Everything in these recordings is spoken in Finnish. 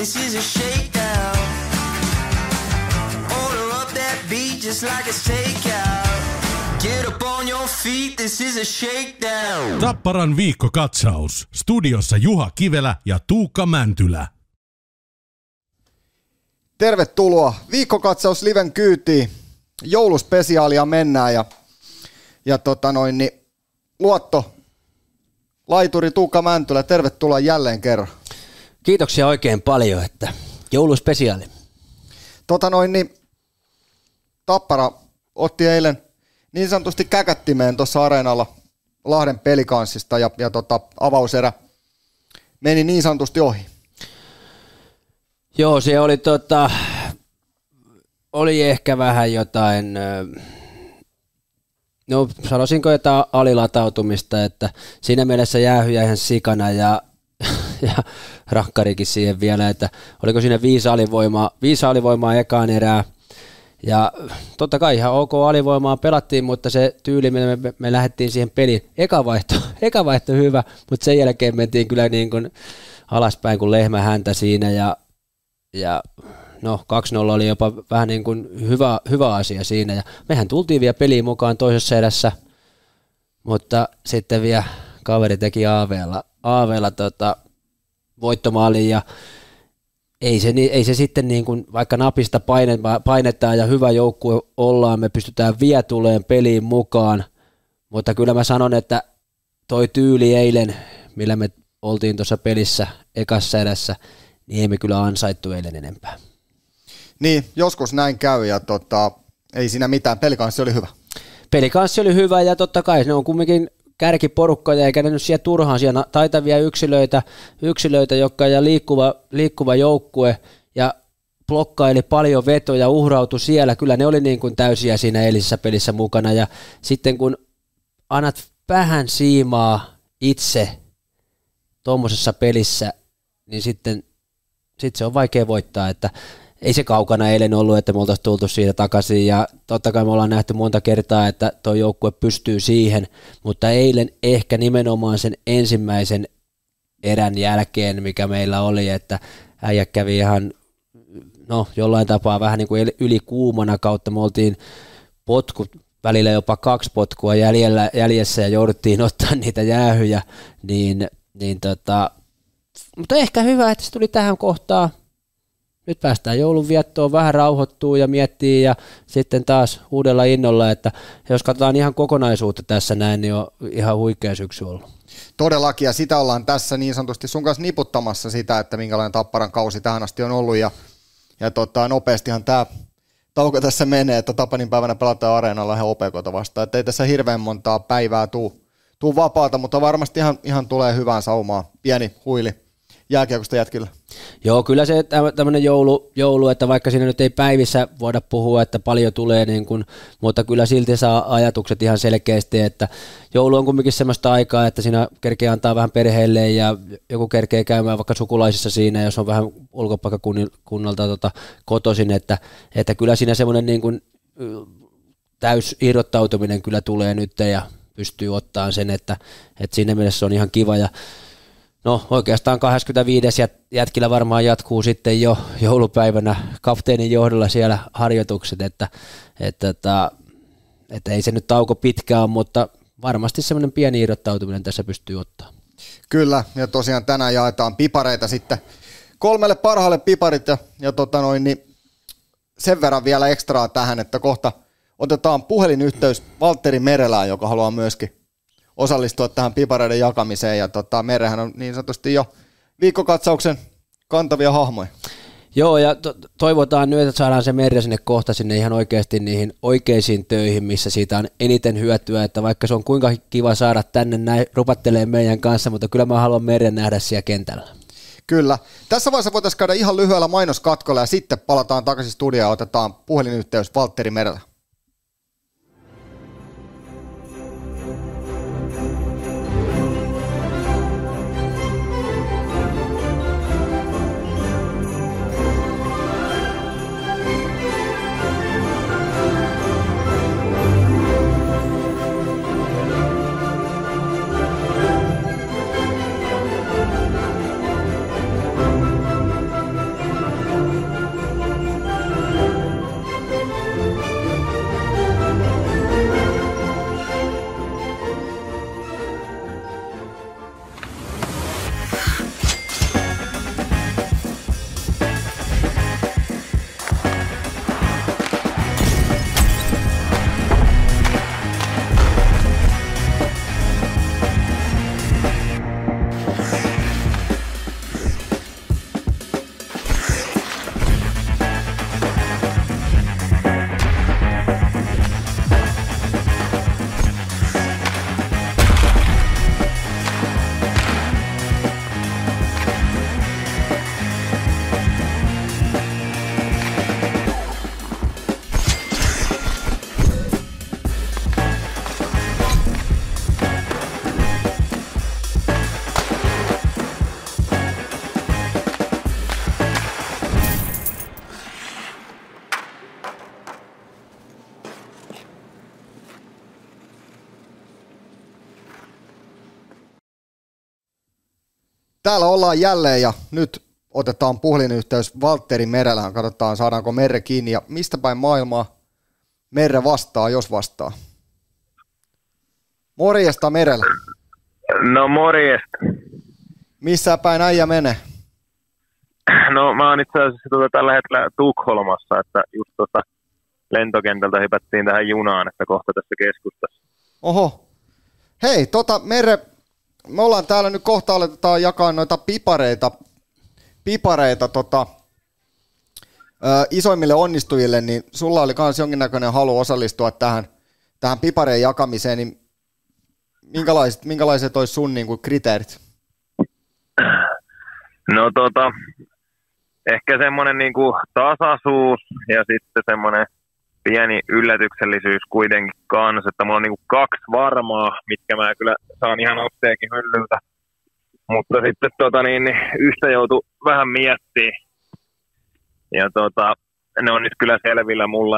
this is a shakedown. Order up that beat just like it's takeout. Get up on your feet, this is a shakedown. Tapparan viikkokatsaus. Studiossa Juha Kivelä ja Tuukka Mäntylä. Tervetuloa viikkokatsaus liven kyytiin. Jouluspesiaalia mennään ja Luotto laituri Tuukka Mäntylä, tervetuloa jälleen kerran. Kiitoksia oikein paljon, että jouluspesiaali. Tappara otti eilen niin sanotusti käkättimeen tuossa areenalla Lahden Pelicansista ja avauserä meni niin sanotusti ohi. Joo, se oli ehkä vähän jotain, no sanoisinko jotain alilatautumista, että siinä mielessä jäähyjä ihan sikana ja rakkarikin siihen vielä, että oliko siinä 5 alivoimaa ekaan erää. Ja totta kai ihan ok alivoimaa pelattiin, mutta se tyyli, millä me lähdettiin siihen peliin, eka vaihto hyvä, mutta sen jälkeen mentiin kyllä niin kuin alaspäin kuin lehmä häntä siinä ja no 2-0 oli jopa vähän niin kuin hyvä asia siinä ja mehän tultiin vielä peliin mukaan toisessa erässä, mutta sitten vielä kaveri teki Aaveella voittomaalin ja ei se sitten niin kuin, vaikka napista painetaan ja hyvä joukkue ollaan, me pystytään vielä tulemaan peliin mukaan, mutta kyllä mä sanon, että toi tyyli eilen, millä me oltiin tuossa pelissä ekassa erässä, niin ei me kyllä ansaittu eilen enempää. Niin, joskus näin käy ja ei siinä mitään, pelikanssi oli hyvä. Pelikanssi oli hyvä ja totta kai ne on kumminkin kärkiporukka ja eikä ne nyt siellä turhaan siellä taitavia yksilöitä jotka ja liikkuva joukkue ja blokkaili paljon vetoja, uhrautui siellä, kyllä ne oli niin kuin täysiä siinä eilisessä pelissä mukana ja sitten kun annat vähän siimaa itse tuommoisessa pelissä, niin sitten se on vaikea voittaa, että ei se kaukana eilen ollut, että me oltaisiin tultu siitä takaisin ja totta kai me ollaan nähty monta kertaa, että tuo joukkue pystyy siihen, mutta eilen ehkä nimenomaan sen ensimmäisen erän jälkeen, mikä meillä oli, että äijä kävi ihan jollain tapaa vähän niin kuin ylikuumana kautta, me oltiin välillä jopa 2 potkua jäljessä ja jouduttiin ottaa niitä jäähyjä, mutta ehkä hyvä, että se tuli tähän kohtaan. Nyt päästään joulunviettoon, vähän rauhoittuu ja miettii ja sitten taas uudella innolla, että jos katsotaan ihan kokonaisuutta tässä näin, niin on ihan huikea syksy ollut. Todellakin ja sitä ollaan tässä niin sanotusti sun kanssa niputtamassa sitä, että minkälainen Tapparan kausi tähän asti on ollut ja nopeastihan tämä tauko tässä menee, että Tapanin päivänä pelataan areenalla ihan OPK:ta vastaan, että ei tässä hirveän montaa päivää tuu vapaata, mutta varmasti ihan tulee hyvään saumaan, pieni huili jääkiekosta jätkillä. Joo, kyllä se tämmöinen joulu, että vaikka siinä nyt ei päivissä voida puhua, että paljon tulee, mutta kyllä silti saa ajatukset ihan selkeästi, että joulu on kumminkin semmoista aikaa, että siinä kerkee antaa vähän perheelle ja joku kerkee käymään vaikka sukulaisissa siinä, jos on vähän ulkopaikkakunnalta kotoisin, että kyllä siinä semmoinen niin kuin täys irrottautuminen kyllä tulee nyt ja pystyy ottaa sen, että siinä mielessä on ihan kiva ja no oikeastaan 25. jätkillä varmaan jatkuu sitten jo joulupäivänä kapteenin johdolla siellä harjoitukset, että ei se nyt tauko pitkään, mutta varmasti semmoinen pieni irrottautuminen tässä pystyy ottaa. Kyllä, ja tosiaan tänään jaetaan pipareita sitten 3 parhaalle piparit ja sen verran vielä ekstraa tähän, että kohta otetaan puhelinyhteys Valtteri Merelään, joka haluaa myöskin osallistua tähän pipareiden jakamiseen, ja Merehän on niin sanotusti jo viikkokatsauksen kantavia hahmoja. Joo, ja toivotaan nyt, että saadaan se Merja sinne kohta sinne ihan oikeasti niihin oikeisiin töihin, missä siitä on eniten hyötyä, että vaikka se on kuinka kiva saada tänne näin rupattelee meidän kanssa, mutta kyllä mä haluan Merjan nähdä siellä kentällä. Kyllä. Tässä vaiheessa voitaisiin käydä ihan lyhyellä mainoskatkolla, ja sitten palataan takaisin studioon ja otetaan puhelinyhteys Valtteri Merellä. Täällä ollaan jälleen ja nyt otetaan puhelinyhteys Valtteri Merelään. Katsotaan, saadaanko Merre kiinni ja mistä päin maailmaa Merre vastaa, jos vastaa. Morjesta Merellä. No morjesta. Missä päin äijä menee? No mä oon itse asiassa tällä hetkellä Tukholmassa, että just lentokentältä hypättiin tähän junaan, että kohta tässä keskustassa. Oho. Hei, Merre, me ollaan täällä nyt kohta aletetaan jakaa noita pipareita isoimmille onnistujille, niin sulla oli myös jonkinnäköinen halu osallistua tähän pipareen jakamiseen, niin minkälaiset olisi sun niin kuin kriteerit? No ehkä semmoinen niin kuin tasaisuus ja sitten semmoinen pieni yllätyksellisyys kuitenkin kanssa, että mulla on niin kuin 2 varmaa, mitkä mä kyllä saan ihan apteekin hyllyltä. Mutta sitten yhtä joutuu vähän miettimään. Ja ne on nyt kyllä selvillä mulla,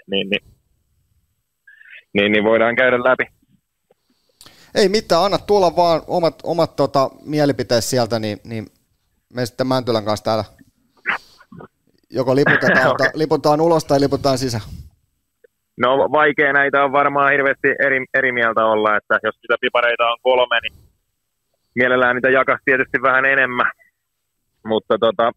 niin voidaan käydä läpi. Ei mitään, anna tulla vaan omat mielipiteet sieltä, niin me sitten Mäntylän kanssa täällä joko liputaan ulos tai liputaan sisään. No vaikea näitä on varmaan hirveästi eri mieltä olla, että jos sitä pipareita on 3, niin mielellään niitä jakaisi tietysti vähän enemmän. Mutta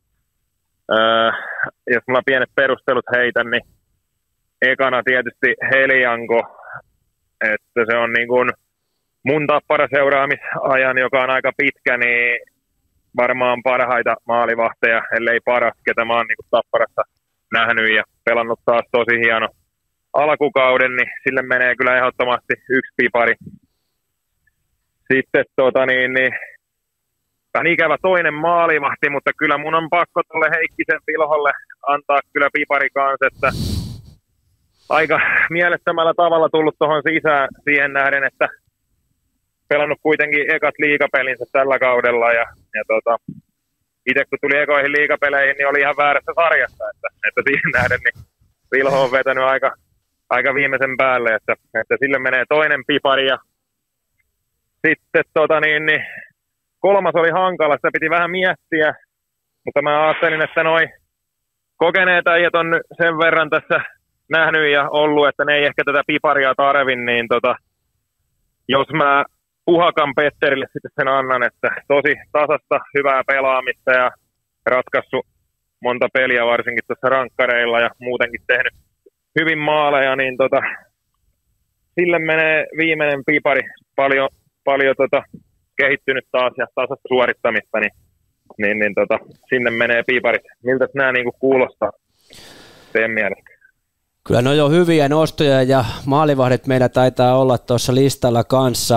jos mulla pienet perustelut heitän, niin ekana tietysti Helianko, että se on niin kuin mun Tappara-seuraamisajan, joka on aika pitkä, niin varmaan parhaita maalivahteja, ellei paras, ketä mä oon niin kuin Tapparassa nähnyt ja pelannut taas tosi hieno alkukauden, niin sille menee kyllä ehdottomasti 1 pipari. Sitten vähän ikävä toinen maalivahti, mutta kyllä mun on pakko tuolle Heikkisen Vilholle antaa kyllä pipari kanssa, että aika mielettömällä tavalla tullut tuohon sisään siihen nähden, että pelannut kuitenkin ekat liigapelinsä tällä kaudella ja itse kun tuli ekoihin liigapeleihin, niin oli ihan väärässä sarjassa, että siihen nähden niin Vilho on vetänyt aika viimeisen päälle, että sille menee toinen pipari ja sitten 3 oli hankala, sitä piti vähän miettiä, mutta mä ajattelin, että noi kokeneet äijät on sen verran tässä nähnyt ja ollut, että ne ei ehkä tätä piparia tarvi, niin jos mä Puhakan Petterille sitten sen annan, että tosi tasasta, hyvää pelaamista ja ratkaissut monta peliä varsinkin tuossa rankkareilla ja muutenkin tehnyt hyvin maaleja, niin sille menee viimeinen pipari paljon kehittynyt taas ja tasasta suorittamista, niin sinne menee piparit. Miltä nämä niinku kuulostaa teidän mielestä? Kyllä ne on jo hyviä nostoja ja maalivahdit meillä taitaa olla tuossa listalla kanssa.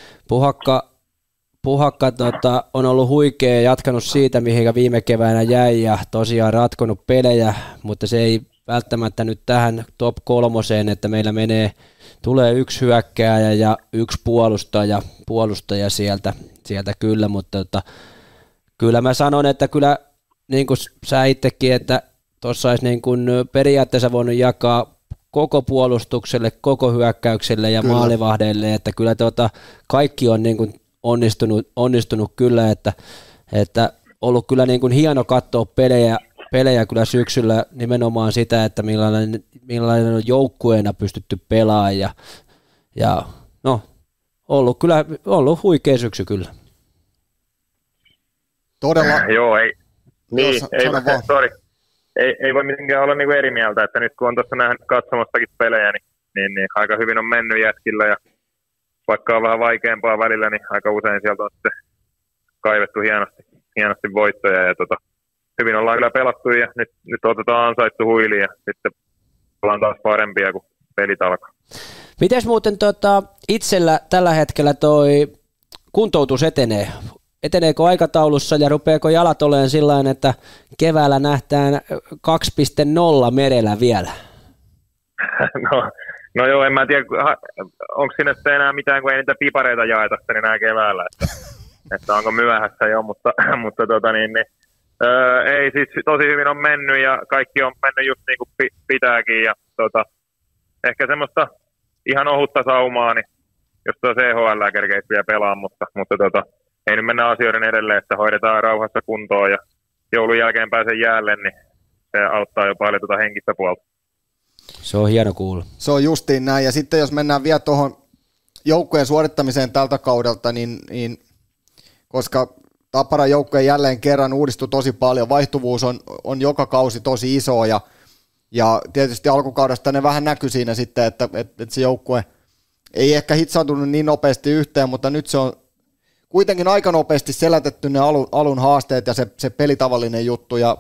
Puhakka on ollut huikea ja jatkanut siitä, mihin viime keväänä jäi ja tosiaan ratkonut pelejä, mutta se ei välttämättä nyt tähän top 3, että meillä tulee 1 hyökkääjä ja 1 puolustaja sieltä kyllä, mutta kyllä mä sanon, että kyllä niin kuin sä itsekin, että tuossa olisi niin kuin periaatteessa voinut jakaa koko puolustukselle, koko hyökkäykselle ja maalivahdeille, että kyllä kaikki on niin kuin onnistunut kyllä, että ollut kyllä niin kuin hieno katsoa pelejä kyllä syksyllä nimenomaan sitä, että millainen on joukkueena pystytty pelaamaan ja no ollut huikea syksy kyllä. Todella. Joo, ei voi mitenkään olla niinku eri mieltä, että nyt kun on tuossa nähnyt katsomastakin pelejä, niin aika hyvin on mennyt jätkillä ja vaikka on vähän vaikeampaa välillä, niin aika usein sieltä on sitten kaivettu hienosti voittoja ja hyvin ollaan kyllä pelattu ja nyt otetaan ansaittu huili ja sitten ollaan taas parempia, kun pelit alkaa. Mites muuten itsellä tällä hetkellä toi kuntoutus etenee? Eteneekö aikataulussa ja rupeako jalat olemaan sillain, että keväällä nähtään 2.0 Merellä vielä? No joo, en mä tiedä, onko siinä sitten enää mitään, kun ei niitä pipareita jaeta sitten enää keväällä, että onko myöhässä jo, mutta ei siis tosi hyvin on mennyt ja kaikki on mennyt just niin kuin pitääkin ja ehkä semmoista ihan ohutta saumaa, niin jos tuo CHL kerkeisi vielä pelaa, mutta ei nyt mennä asioiden edelleen, että hoidetaan rauhassa kuntoon ja joulun jälkeen pääsen jäälle, niin se auttaa jo paljon tuota henkistä puolta. Se on hieno kuulla. Se on justiin näin, ja sitten jos mennään vielä tuohon joukkueen suorittamiseen tältä kaudelta, niin koska Tapparan joukkue jälleen kerran uudistui tosi paljon, vaihtuvuus on joka kausi tosi iso, ja tietysti alkukaudesta ne vähän näkyi siinä sitten, että se joukkue ei ehkä hitsautunut niin nopeasti yhteen, mutta nyt se on kuitenkin aika nopeasti selätetty ne alun haasteet ja se pelitavallinen juttu, ja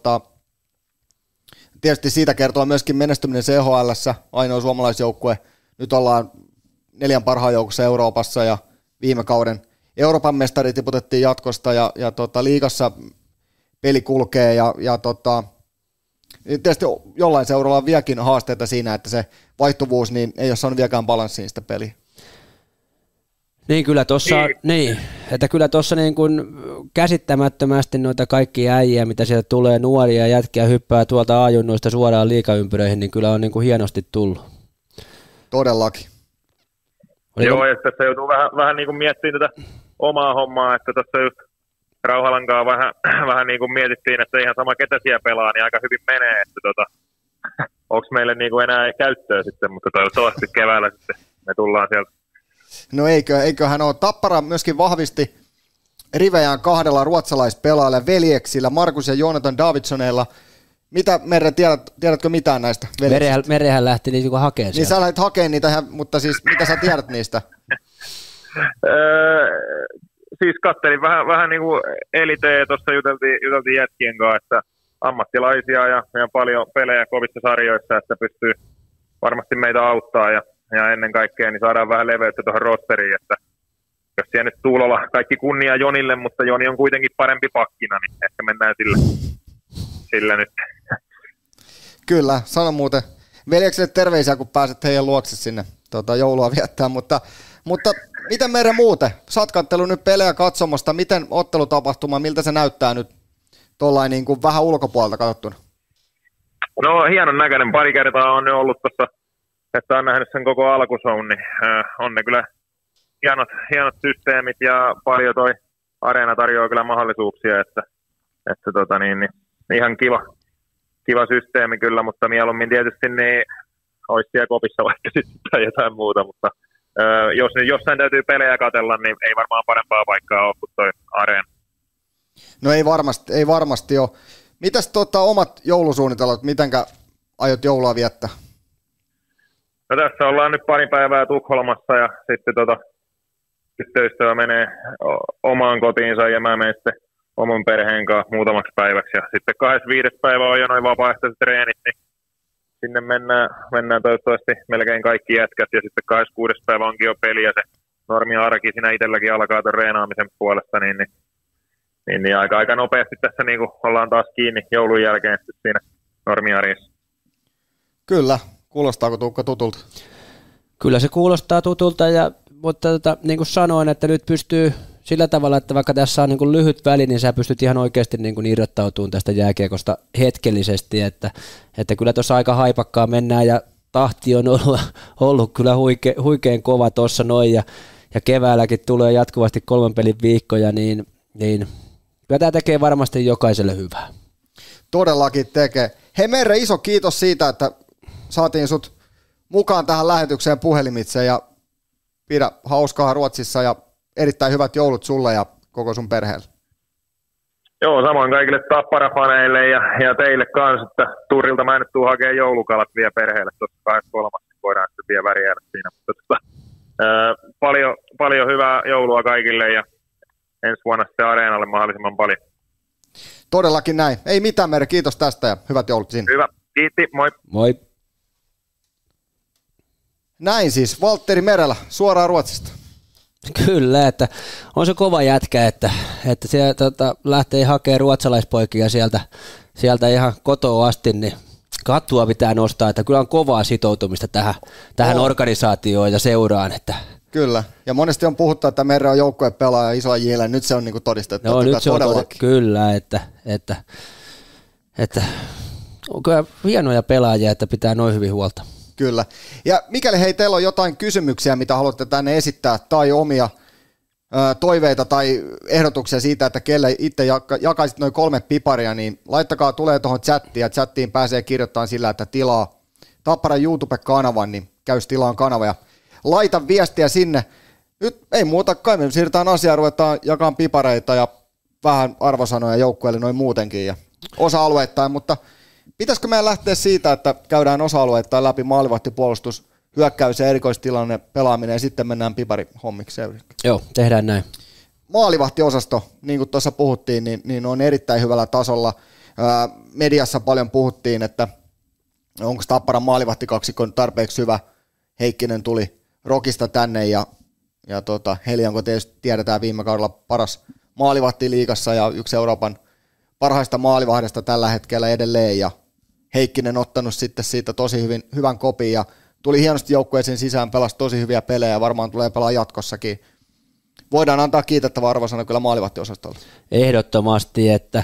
tietysti siitä kertoo myöskin menestyminen CHL:ssä, ainoa suomalaisjoukkue, nyt ollaan 4 parhaan joukossa Euroopassa, ja viime kauden Euroopan mestari tiputettiin jatkosta, ja liigassa peli kulkee, ja tietysti jollain seuralla on vieläkin haasteita siinä, että se vaihtuvuus niin ei ole saanut vieläkään balanssiin sitä peliä. Niin kyllä tuossa niin kuin käsittämättömästi noita kaikki äijä, mitä sieltä tulee, nuoria jätkiä hyppää tuolta A-junnuista suoraan liigaympyröihin, niin kyllä on niin kuin hienosti tullut. Todellakin. Joo, ja tässä joutuu vähän niin kuin miettimään tätä omaa hommaa, että tässä just Rauhalankaa vähän niin kuin mietittiin, että ihan sama ketä siellä pelaa, niin aika hyvin menee, että onko meille niin kuin enää käyttöä sitten, mutta toivottavasti keväällä sitten me tullaan sieltä. No eiköhän ole. Tappara myöskin vahvisti rivejään 2 ruotsalaispelaajilla, veljeksillä, Markus ja Jonathan Davidsoneilla. Mitä, Merre, tiedätkö mitään näistä veljeksistä? Merehän lähti niin hakemaan niin sä lähdit hakemaan niitä, mutta siis mitä sä tiedät niistä? Siis kattelin vähän niin kuin elitejä, tuossa juteltiin jätkien kanssa, että ammattilaisia ja paljon pelejä kovissa sarjoissa, että pystyy varmasti meitä auttaa ja ennen kaikkea niin saadaan vähän leveyttä tuohon rosteriin, että jos siellä nyt Tuulola, kaikki kunnia Jonille, mutta Joni on kuitenkin parempi pakkina, niin ehkä mennään sillä nyt. Kyllä, sano muuten veljeksille terveisiä, kun pääset heidän luokse sinne joulua viettää, mutta miten Merre muuten? Sä oot katsellut nyt pelejä katsomasta, miten ottelutapahtuma, miltä se näyttää nyt tuollain niin kuin vähän ulkopuolelta katsottuna? No hienon näköinen, pari kertaa on jo ollut tuossa, että on nähnyt sen koko alkusoun, niin on ne kyllä hienot systeemit ja paljon toi areena tarjoaa kyllä mahdollisuuksia, että niin, ihan kiva systeemi kyllä, mutta mieluummin tietysti niin olisi siellä kopissa vaikka sitten tai jotain muuta, mutta jos nyt jossain täytyy pelejä katsella, niin ei varmaan parempaa paikkaa ole kuin toi areena. No ei varmasti ole. Mitäs omat joulusuunnitelmat, mitenkä aiot joulua viettää? No tässä ollaan nyt pari päivää Tukholmassa ja sitten tyttöystävä menee omaan kotiinsa ja mä menen sitten oman perheen kanssa muutamaksi päiväksi. Ja sitten 25. päivä on jo noin vapaaehtoiset treenit, niin sinne mennään toivottavasti melkein kaikki jätkät. Ja sitten 26. päivä onkin jo peli ja se normi arki siinä itselläkin alkaa tuon reenaamisen puolesta, niin aika nopeasti tässä niin kuin ollaan taas kiinni joulun jälkeen siinä normiarjessa. Kyllä. Kuulostaako Tuukka tutulta? Kyllä se kuulostaa tutulta, mutta niin kuin sanoin, että nyt pystyy sillä tavalla, että vaikka tässä on niin kuin lyhyt väli, niin sä pystyt ihan oikeasti niin kuin irrottautumaan tästä jääkiekosta hetkellisesti, että kyllä tuossa aika haipakkaa mennään ja tahti on ollut kyllä huikean kova tuossa noin ja keväälläkin tulee jatkuvasti 3 pelin viikkoja, niin kyllä tämä tekee varmasti jokaiselle hyvää. Todellakin tekee. Hei Merre, iso kiitos siitä, että saatiin sut mukaan tähän lähetykseen puhelimitse ja pidä hauskaa Ruotsissa ja erittäin hyvät joulut sulle ja koko sun perheelle. Joo, samoin kaikille Tappara-faneille ja teille kanssa, että Turilta mä en nyt tuu hakemaan joulukalat vielä perheelle tuossa 23. voidaan sitten vielä värjäädä siinä. Mutta paljon hyvää joulua kaikille ja ensi vuonna sitten areenalle mahdollisimman paljon. Todellakin näin. Ei mitään Merre, kiitos tästä ja hyvät joulut sinne. Hyvä, kiitti, moi. Moi. Näin siis, Valtteri Merellä, suoraan Ruotsista. Kyllä, että on se kova jätkä, että sieltä lähtee hakemaan ruotsalaispoikia sieltä ihan kotoa asti, niin kattua pitää nostaa, että kyllä on kovaa sitoutumista tähän organisaatioon ja seuraan. Että kyllä, ja monesti on puhuttu, että Merre on joukkuepelaaja isoa jillä, nyt se on niinku todistettu. No nyt se on kyllä, että on kyllä hienoja pelaajia, että pitää noin hyvin huolta. Kyllä. Ja mikäli teillä on jotain kysymyksiä, mitä haluatte tänne esittää, tai omia toiveita tai ehdotuksia siitä, että kelle itse jakaisit noin 3 piparia, niin laittakaa tulee tuohon chattiin, ja chattiin pääsee kirjoittamaan sillä, että tilaa Tapparan YouTube-kanavan, niin käys tilaan kanava ja laita viestiä sinne. Nyt ei muuta kai, me siirrytään asiaan, ruvetaan jakamaan pipareita ja vähän arvosanoja joukkueelle noin muutenkin ja osa-alueittain, mutta pitäisikö meidän lähteä siitä, että käydään osa-alueittain läpi maalivahtipuolustus, hyökkäys ja erikoistilanne, pelaaminen ja sitten mennään piparihommiksi. Joo, tehdään näin. Maalivahtiosasto, niin kuin tuossa puhuttiin, niin on erittäin hyvällä tasolla. Mediassa paljon puhuttiin, että onko Tapparan maalivahtikaksikko tarpeeksi hyvä. Heikkinen tuli Rokista tänne ja Helianko tietysti tiedetään viime kaudella paras maalivahti liigassa ja yksi Euroopan parhaista maalivahdesta tällä hetkellä edelleen ja Heikkinen ottanut sitten siitä tosi hyvän kopin ja tuli hienosti joukkueeseen sisään, pelasi tosi hyviä pelejä ja varmaan tulee pelaa jatkossakin. Voidaan antaa kiitettävä arvosana kyllä maalivahtiosastolle. Ehdottomasti,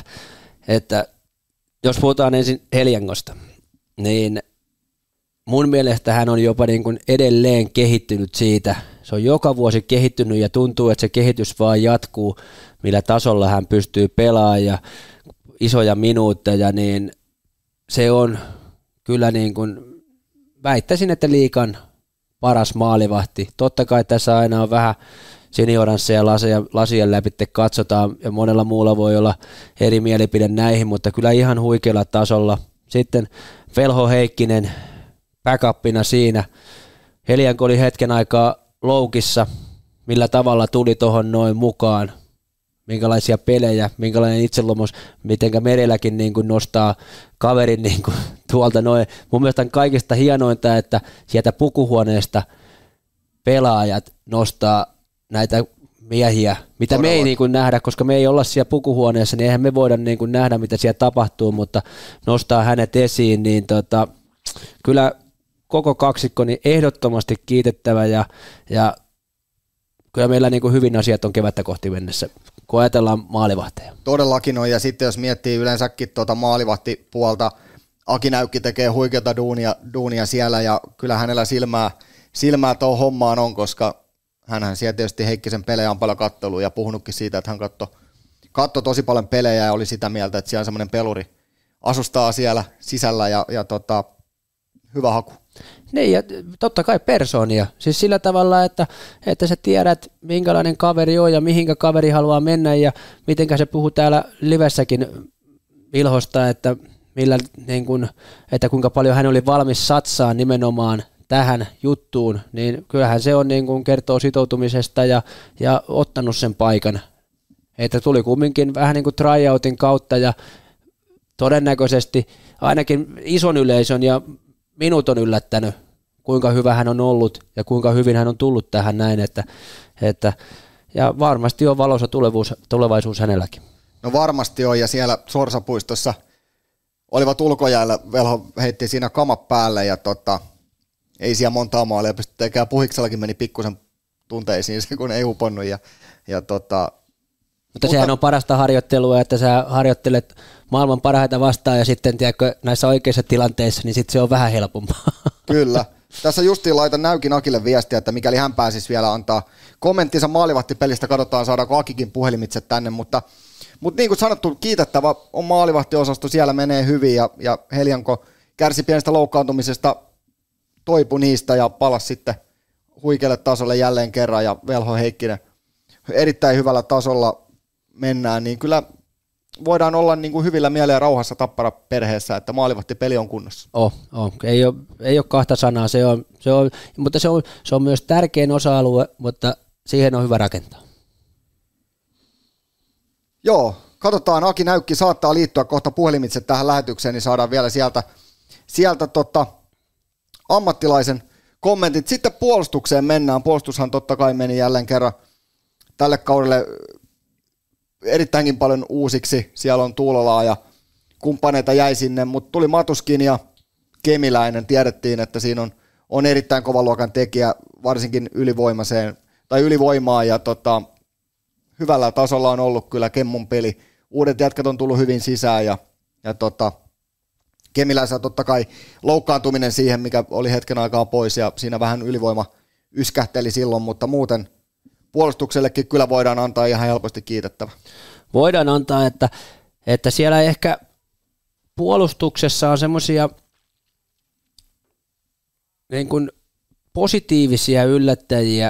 että jos puhutaan ensin Heliangosta, niin mun mielestä hän on jopa niin kuin edelleen kehittynyt siitä. Se on joka vuosi kehittynyt ja tuntuu, että se kehitys vaan jatkuu, millä tasolla hän pystyy pelaamaan ja isoja minuutteja, niin se on kyllä niin kuin, väittäisin, että liigan paras maalivahti. Totta kai tässä aina on vähän senioransseja lasien läpi katsotaan ja monella muulla voi olla eri mielipide näihin, mutta kyllä ihan huikealla tasolla. Sitten Velho Heikkinen backupina siinä. Helianko oli hetken aikaa loukissa, millä tavalla tuli tuohon noin mukaan, minkälaisia pelejä, minkälainen itseluomus, mitenkä Merelläkin niin kuin nostaa kaverin niin kuin tuolta noin. Mun mielestä on kaikista hienointa, että sieltä pukuhuoneesta pelaajat nostaa näitä miehiä, mitä me ei niin kuin nähdä, koska me ei olla siellä pukuhuoneessa, niin eihän me voida niin kuin nähdä, mitä siellä tapahtuu, mutta nostaa hänet esiin, niin kyllä koko kaksikko niin ehdottomasti kiitettävä ja kyllä meillä niin kuin hyvin asiat on kevättä kohti mennessä, kun ajatellaan maalivahteja. Todellakin on, ja sitten jos miettii yleensäkin maalivahtipuolta, Aki Näykki tekee huikeata duunia siellä, ja kyllä hänellä silmää tuohon hommaan on, koska hänhän siellä tietysti Heikkisen pelejä on paljon kattelua ja puhunutkin siitä, että hän katsoi tosi paljon pelejä ja oli sitä mieltä, että siellä on semmoinen peluri asustaa siellä sisällä ja hyvä haku. Niin, ja totta kai persoonia. Siis sillä tavalla, että sä tiedät, minkälainen kaveri on ja mihinkä kaveri haluaa mennä ja mitenkä se puhuu täällä livessäkin Vilhosta, että että kuinka paljon hän oli valmis satsaa nimenomaan tähän juttuun, niin kyllähän se on niin kuin kertoo sitoutumisesta ja ottanut sen paikan. Että tuli kumminkin vähän niin kuin tryoutin kautta ja todennäköisesti ainakin ison yleisön ja minut on yllättänyt, kuinka hyvä hän on ollut ja kuinka hyvin hän on tullut tähän näin, että ja varmasti on valoisa tulevaisuus hänelläkin. No varmasti on, ja siellä Sorsapuistossa olivat ulkojäällä, Velho heitti siinä kamat päälle ja ei siellä montaa maalia pysty tekemään. Puhiksellakin meni pikkusen tunteisiin se, kun ei uponnut. Mutta sehän on parasta harjoittelua, että sä harjoittelet maailman parhaita vastaan ja sitten tiedätkö, näissä oikeissa tilanteissa, niin sitten se on vähän helpompaa. Kyllä. Tässä justiin laitan Näykin Akille viestiä, että mikäli hän pääsisi vielä antaa kommenttinsa maalivahtipelistä, katsotaan saadaanko Akikin puhelimitse tänne, mutta niin kuin sanottu, kiitettävä on maalivahtiosasto, siellä menee hyvin ja Helianko kärsi pienestä loukkaantumisesta, toipui niistä ja palasi sitten huikealle tasolle jälleen kerran ja Velho Heikkinen erittäin hyvällä tasolla mennään, niin kyllä voidaan olla niin kuin hyvillä mielellä ja rauhassa Tappara-perheessä, että maalivahtipeli on kunnossa. Ei ole kahta sanaa, mutta se on myös tärkein osa-alue, mutta siihen on hyvä rakentaa. Joo, katsotaan, Aki Näykki saattaa liittyä kohta puhelimitse tähän lähetykseen, niin saadaan vielä sieltä ammattilaisen kommentit. Sitten puolustukseen mennään. Puolustushan totta kai meni jälleen kerran tälle kaudelle erittäinkin paljon uusiksi. Siellä on Tuulolaa ja kumppaneita jäi sinne, mutta tuli Matuskin ja Kemiläinen. Tiedettiin, että siinä on erittäin kovan luokan tekijä, varsinkin ylivoimaa ja hyvällä tasolla on ollut kyllä Kemmun peli. Uudet jätkät on tullut hyvin sisään ja Kemiläisellä totta kai loukkaantuminen siihen, mikä oli hetken aikaa pois ja siinä vähän ylivoima yskähteli silloin, mutta muuten puolustuksellekin kyllä voidaan antaa ihan helposti kiitettävä. Voidaan antaa, että siellä ehkä puolustuksessa on semmoisia niin kuin positiivisia yllättäjiä.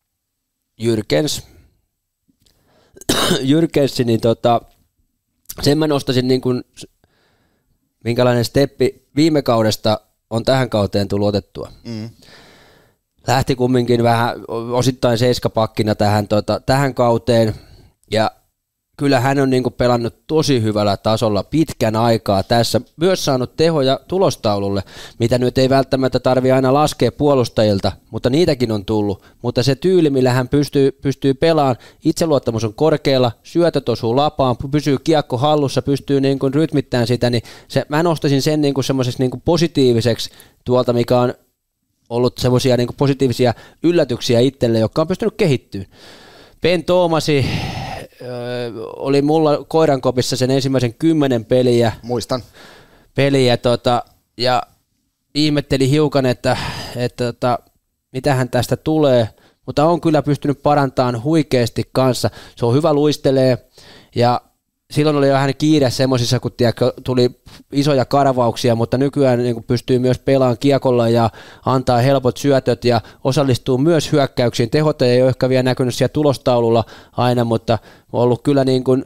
Jyrkens, niin sen mä nostaisin, niin kuin, minkälainen steppi viime kaudesta on tähän kauteen tullut otettua. Lähti kumminkin vähän osittain seiskapakkina tähän kauteen, ja kyllä hän on niin kuin pelannut tosi hyvällä tasolla pitkän aikaa tässä, myös saanut tehoja tulostaululle, mitä nyt ei välttämättä tarvitse aina laskea puolustajilta, mutta niitäkin on tullut, mutta se tyyli, millä hän pystyy pelaamaan, itseluottamus on korkealla, syötöt osuu lapaan, pysyy kiekko hallussa, pystyy niin kuin rytmittämään sitä, niin mä nostaisin sen niin kuin semmoiseksi niin kuin positiiviseksi tuolta, mikä on ollut semmoisia niin kuin positiivisia yllätyksiä itselle, jotka on pystynyt kehittyä. Ben Thoomasi oli mulla koirankopissa sen ensimmäisen 10 peliä. Muistan. Ja ihmetteli hiukan, että mitähän tästä tulee, mutta on kyllä pystynyt parantamaan huikeasti kanssa. Se on hyvä luistelee, ja silloin oli vähän kiire semmoisissa, kun tuli isoja karvauksia, mutta nykyään niin pystyy myös pelaamaan kiekolla ja antaa helpot syötöt ja osallistuu myös hyökkäyksiin. Tehot ei ole ehkä vielä näkynyt siellä tulostaululla aina, mutta on ollut kyllä niin kuin,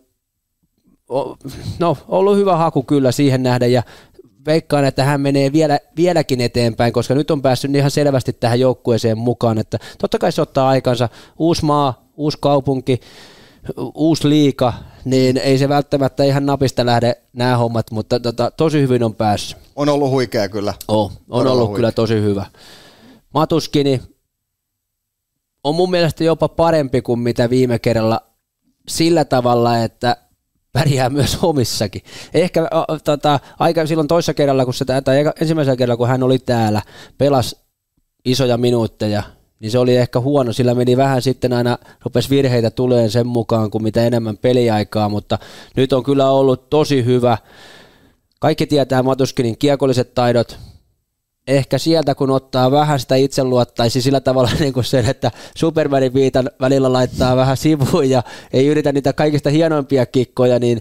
ollut hyvä haku kyllä siihen nähden, ja veikkaan, että hän menee vieläkin eteenpäin, koska nyt on päässyt ihan selvästi tähän joukkueeseen mukaan, että totta kai se ottaa aikansa, uusi maa, uusi kaupunki, uusi liiga, niin ei se välttämättä ihan napista lähde nämä hommat, mutta tosi hyvin on päässyt. On ollut huikea kyllä. On ollut huikea. Kyllä tosi hyvä. Matuskini on mun mielestä jopa parempi kuin mitä viime kerralla sillä tavalla, että pärjää myös omissakin. Ehkä aika silloin toisessa kerralla, tai ensimmäisellä kerralla, kun hän oli täällä, pelasi isoja minuutteja, niin se oli ehkä huono, sillä meni vähän sitten aina, rupesi virheitä tuleen sen mukaan, kuin mitä enemmän peliaikaa, mutta nyt on kyllä ollut tosi hyvä. Kaikki tietää Matuskinin kiekolliset taidot. Ehkä sieltä, kun ottaa vähän sitä itseluottaisi sillä tavalla niin kuin sen, että Supermanin viitan välillä laittaa vähän sivuun ja ei yritä niitä kaikista hienoimpia kikkoja, niin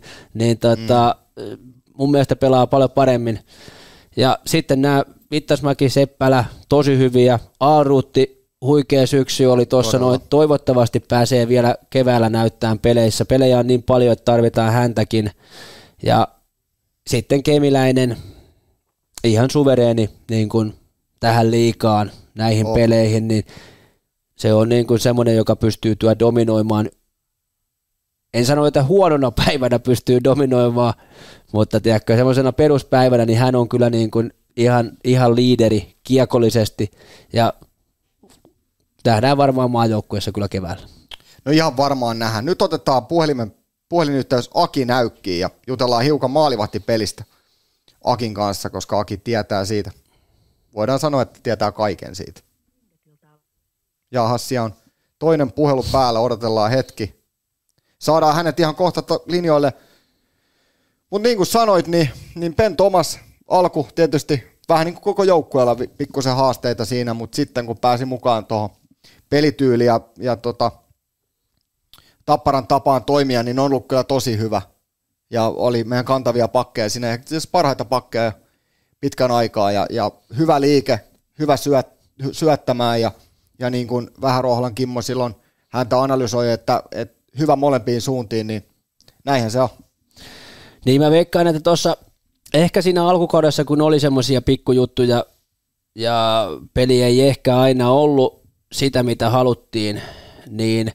mun mielestä pelaa paljon paremmin. Ja sitten nämä Vittasmäki, Seppälä, tosi hyviä. Aalruutti, huikea syksy oli tuossa noin, toivottavasti pääsee vielä keväällä näyttämään peleissä. Pelejä on niin paljon, että tarvitaan häntäkin. Ja sitten Kemiläinen, ihan suvereeni niin kuin tähän liigaan, näihin peleihin, niin se on niin kuin semmoinen, joka pystyy dominoimaan. En sano, että huonona päivänä pystyy dominoimaan, mutta tiedätkö, semmoisena peruspäivänä, niin hän on kyllä niin kuin ihan liideri kiekollisesti, ja nähdään varmaan maajoukkueessa kyllä keväällä. No ihan varmaan nähdään. Nyt otetaan puhelinyhteys Aki Näykkiin ja jutellaan hiukan maalivahtipelistä Akin kanssa, koska Aki tietää siitä. Voidaan sanoa, että tietää kaiken siitä. Jahas, siellä on toinen puhelu päällä, odotellaan hetki. Saadaan hänet ihan kohta linjoille. Mutta niin kuin sanoit, niin Ben Thomas alku tietysti vähän niin kuin koko joukkueella pikkusen haasteita siinä, mutta sitten kun pääsi mukaan tuohon pelityyliin ja Tapparan tapaan toimia, niin on ollut kyllä tosi hyvä. Ja oli meidän kantavia pakkeja siinä, ehkä parhaita pakkeja pitkän aikaa, ja hyvä liike, hyvä syöttämään, ja niin kuin Vähäruoholan Kimmo silloin häntä analysoi, että hyvä molempiin suuntiin, niin näinhän se on. Niin mä veikkaan, että tuossa ehkä siinä alkukaudessa, kun oli semmoisia pikkujuttuja, ja peli ei ehkä aina ollut sitä, mitä haluttiin, niin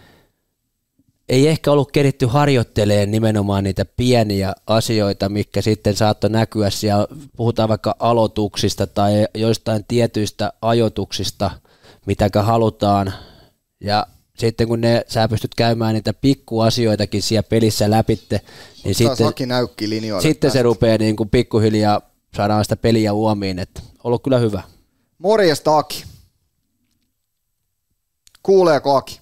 ei ehkä ollut keritty harjoittelemaan nimenomaan niitä pieniä asioita, mitkä sitten saattoi näkyä siellä, puhutaan vaikka aloituksista tai joistain tietyistä ajoituksista, mitäkä halutaan, ja sitten kun sä pystyt käymään niitä pikkuasioitakin siellä pelissä läpitte, niin sitten se rupeaa niin kuin pikkuhiljaa saadaan sitä peliä uomiin, että ollut kyllä hyvä. Morjesta Aki. Kuuleeko Aki?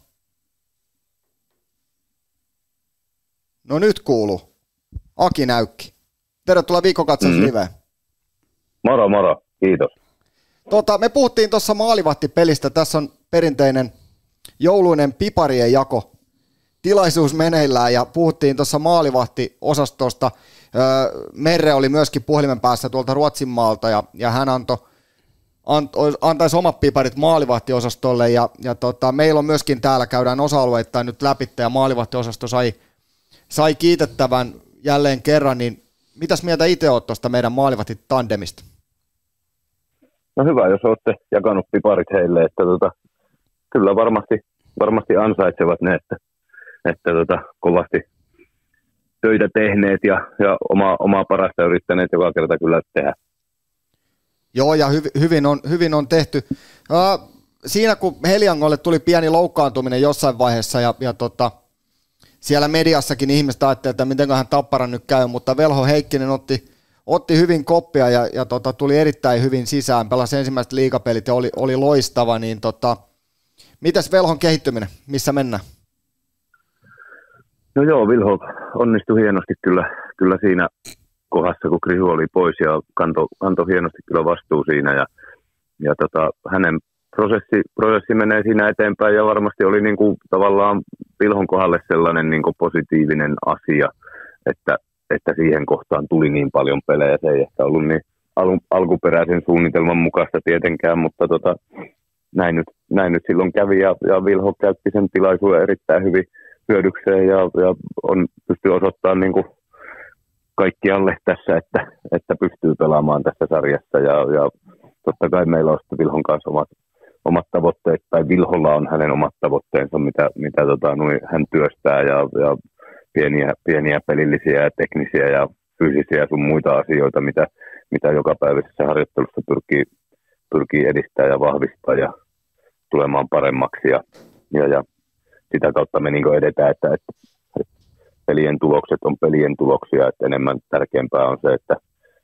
No nyt kuuluu. Aki Näykki. Tervetuloa Viikkokatsaus liveen. Moro, moro. Kiitos. Me puhuttiin tuossa maalivahtipelistä. Tässä on perinteinen jouluinen piparien jako tilaisuus meneillään ja puhuttiin tuossa maalivahtiosastosta. Merre oli myöskin puhelimen päässä tuolta Ruotsinmaalta ja hän antaisi omat piparit maalivahtiosastolle ja meillä on myöskin täällä, käydään osa-alueittain nyt läpi ja maalivahtiosasto sai kiitettävän jälleen kerran, niin mitäs mieltä itse olet tuosta meidän maalivahti-tandemista? No hyvä, jos olette jakanut piparit heille, että kyllä varmasti ansaitsevat ne, että kovasti töitä tehneet ja omaa parasta yrittäneet joka kerta kyllä tehdä. Joo, ja hyvin on tehty. Siinä kun Heliangolle tuli pieni loukkaantuminen jossain vaiheessa ja siellä mediassakin ihmiset ajattelivat, että mitenköhän Tappara nyt käy, mutta Velho Heikkinen otti hyvin koppia ja tuli erittäin hyvin sisään, pelasi ensimmäiset liigapelit ja oli loistava, niin mitäs Velhon kehittyminen, missä mennään? No joo, Vilho onnistui hienosti kyllä siinä kohdassa, kun Krisu oli pois ja kantoi hienosti kyllä vastuu siinä ja hänen prosessi menee siinä eteenpäin ja varmasti oli niin kuin tavallaan Vilhon kohdalle sellainen niin kuin positiivinen asia, että siihen kohtaan tuli niin paljon pelejä. Se ei ehkä ollut niin alkuperäisen suunnitelman mukaista tietenkään, mutta näin nyt silloin kävi ja Vilho käytti sen tilaisuuden erittäin hyvin hyödykseen ja pystyy osoittamaan niin kuin kaikkialle tässä, että pystyy pelaamaan tässä sarjassa ja totta kai meillä on sitten Vilhon kanssa omat tavoitteet, tai Vilholla on hänen omat tavoitteensa, mitä hän työstää ja pieniä pelillisiä ja teknisiä ja fyysisiä sun muita asioita, mitä jokapäiväisessä harjoittelussa pyrkii edistämään ja vahvistaa ja tulemaan paremmaksi ja sitä kautta me niin edetään, että pelien tulokset on pelien tuloksia, että enemmän tärkeämpää on se, että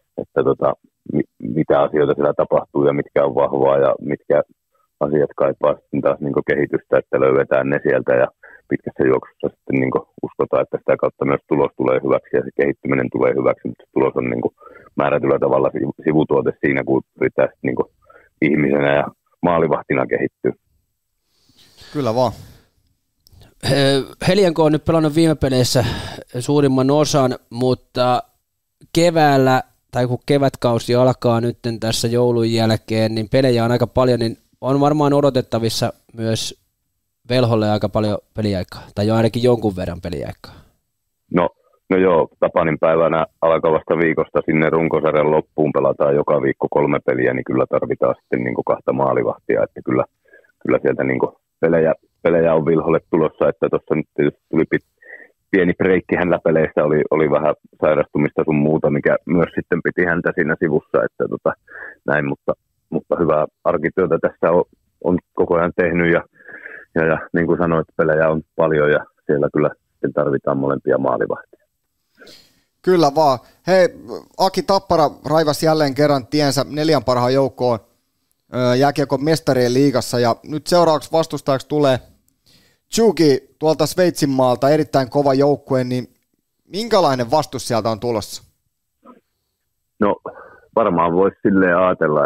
mitä asioita siellä tapahtuu ja mitkä on vahvaa ja mitkä asiat kaipaa sitten taas niin kehitystä, että löydetään ne sieltä ja pitkässä juoksussa sitten niin uskotaan, että sitä kautta myös tulos tulee hyväksi ja se kehittyminen tulee hyväksi, mutta se tulos on niin määrätyllä tavalla sivutuote siinä, kun yrittää niin ihmisenä ja maalivahtina kehittyä. Kyllä vaan. Helianko on nyt pelannut viime peleissä suurimman osan, mutta keväällä, tai kun kevätkausi alkaa nyt tässä joulun jälkeen, niin pelejä on aika paljon, niin on varmaan odotettavissa myös Velholle aika paljon peliaikaa, tai jo ainakin jonkun verran peliaikaa. No joo, Tapanin päivänä alkavasta viikosta sinne runkosarjan loppuun pelataan joka viikko 3 peliä, niin kyllä tarvitaan sitten niin kuin 2 maalivahtia, että kyllä sieltä niin kuin pelejä on Vilholle tulossa, että tuossa nyt tietysti tuli pieni breikki hänellä peleissä, oli vähän sairastumista sun muuta, mikä myös sitten piti häntä siinä sivussa, että näin, mutta hyvää arkityötä tässä on koko ajan tehnyt ja niin kuin sanoit, pelejä on paljon ja siellä kyllä sitten tarvitaan molempia maalivahtia. Kyllä vaan. Hei, Aki Tappara raivasi jälleen kerran tiensä 4 parhaan joukkoon jääkiekon mestarien liigassa ja nyt seuraavaksi vastustajaksi tulee Tsuki tuolta Sveitsin maalta, erittäin kova joukkue, niin minkälainen vastus sieltä on tulossa? No varmaan voisi silleen ajatella,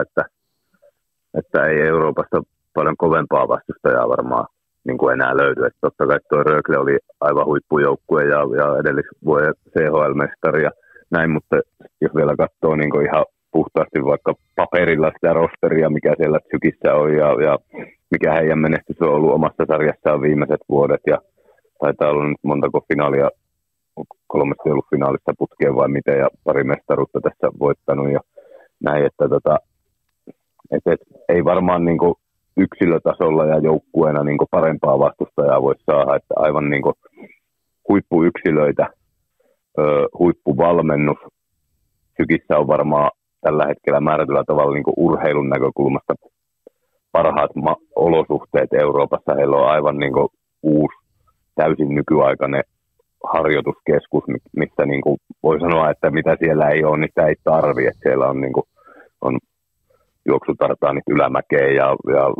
että ei Euroopasta paljon kovempaa vastustajaa varmaan niin kuin enää löydy. Että totta kai tuo Rögle oli aivan huippujoukkue ja edellisvuoden CHL-mestari ja näin, mutta jos vielä katsoo niin kuin ihan puhtaasti vaikka paperilla sitä rosteria, mikä siellä Tsykissä on ja mikä heidän menestys on ollut omassa sarjassaan viimeiset vuodet ja taitaa olla nyt montako finaalia, 3 ollut finaalista putkeen vai miten ja 2 mestaruutta tässä voittanut ja näin, että ei varmaan niin kuin yksilötasolla ja joukkueena niin kuin parempaa vastustajaa voi saada, että aivan niin kuin huippuyksilöitä, huippuvalmennus. Tsykissä on varmaan tällä hetkellä määrätyllä tavalla niin kuin urheilun näkökulmasta parhaat olosuhteet Euroopassa. Heillä on aivan niin kuin uusi, täysin nykyaikainen harjoituskeskus, missä niin kuin voi sanoa, että mitä siellä ei ole, niin sitä ei tarvitse. Että siellä on, niin kuin, on juoksutartaanit ylämäkeen ja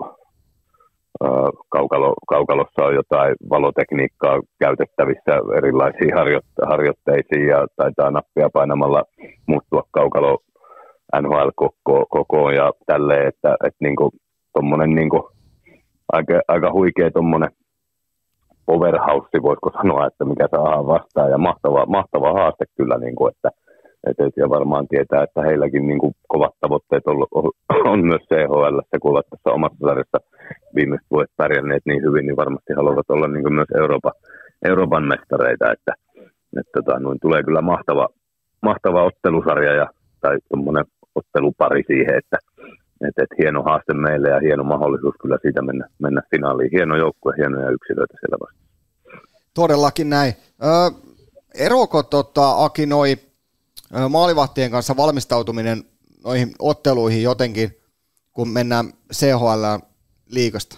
kaukalossa on jotain valotekniikkaa käytettävissä erilaisiin harjoitteisiin ja taitaa nappia painamalla muuttua kaukalo NHL-kokoon ja tälleen, että niinku tommonen niinku aika huikea tuommoinen powerhouse, voisiko sanoa, että mikä saadaan vastaan, ja mahtava haaste kyllä, niin kuin, että ja varmaan tietää, että heilläkin niin kuin kovat tavoitteet on myös CHL, kun ovat tässä omassa sarjassa viimeiset vuodet pärjänneet niin hyvin, niin varmasti haluavat olla niin kuin myös Euroopan mestareita, että tulee kyllä mahtava ottelusarja tai tuommoinen ottelupari siihen, että hieno haaste meille ja hieno mahdollisuus kyllä siitä mennä finaaliin. Hieno joukkue, hienoja yksilöitä siellä vasta. Todellakin näin. Eroako Aki noi maalivahtien kanssa valmistautuminen noihin otteluihin jotenkin, kun mennään CHL-liigasta?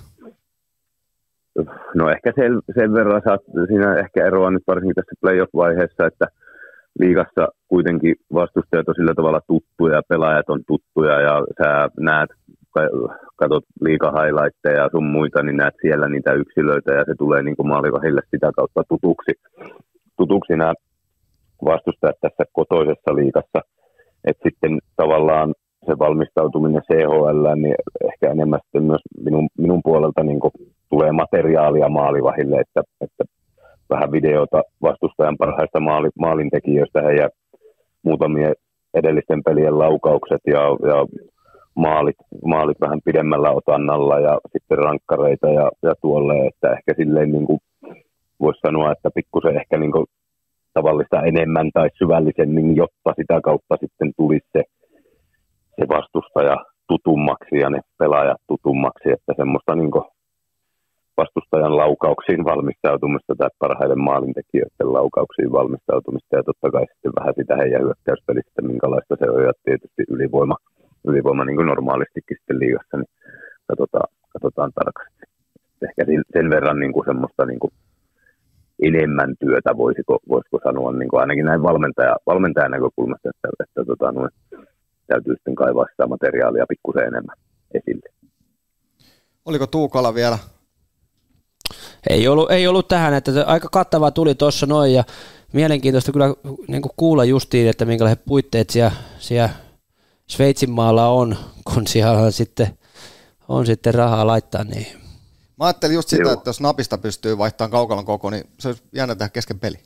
No ehkä sen verran saat siinä ehkä eroa nyt varsinkin tässä playoff-vaiheessa, että liigassa kuitenkin vastustajat on sillä tavalla tuttuja ja pelaajat on tuttuja ja sä näet, katot liiga highlightteja ja sun muita, niin näet siellä niitä yksilöitä ja se tulee niin kuin maalivahdille sitä kautta tutuksi nämä vastustajat tässä kotoisessa liigassa, että sitten tavallaan se valmistautuminen CHL, niin ehkä enemmän sitten myös minun puolelta niin kuin tulee materiaalia maalivahille, että vähän videota vastustajan parhaista maalintekijöistä ja muutamia edellisten pelien laukaukset ja maalit vähän pidemmällä otannalla ja sitten rankkareita ja tuolle, että ehkä silleen niin kuin voisi sanoa, että pikkusen ehkä niin kuin tavallista enemmän tai syvällisemmin, jotta sitä kautta sitten tulisi se vastustaja tutummaksi ja ne pelaajat tutummaksi, että semmoista niin kuin vastustajan laukauksiin valmistautumista tai parhaiden maalintekijöiden laukauksiin valmistautumista ja totta kai sitten vähän sitä heidän hyökkäyspelistä, minkälaista se on ja tietysti ylivoima niin kuin normaalistikin sitten liigassa, niin katsotaan tarkasti. Ehkä sen verran niin kuin semmoista niin kuin enemmän työtä voisiko sanoa niin kuin ainakin näin valmentajan näkökulmasta, että täytyy sitten kaivaa sitä materiaalia pikkusen enemmän esille. Oliko Tuukalla vielä? Ei ollut tähän, että aika kattava tuli tuossa noin ja mielenkiintoista kyllä niin kuin kuulla justiin, että minkälaiset puitteet siellä Sveitsin maalla on, kun siellä on sitten rahaa laittaa niihin. Mä ajattelin just sitä, että jos napista pystyy vaihtamaan kaukalon koko, niin se olisi jännä tehdä kesken peli.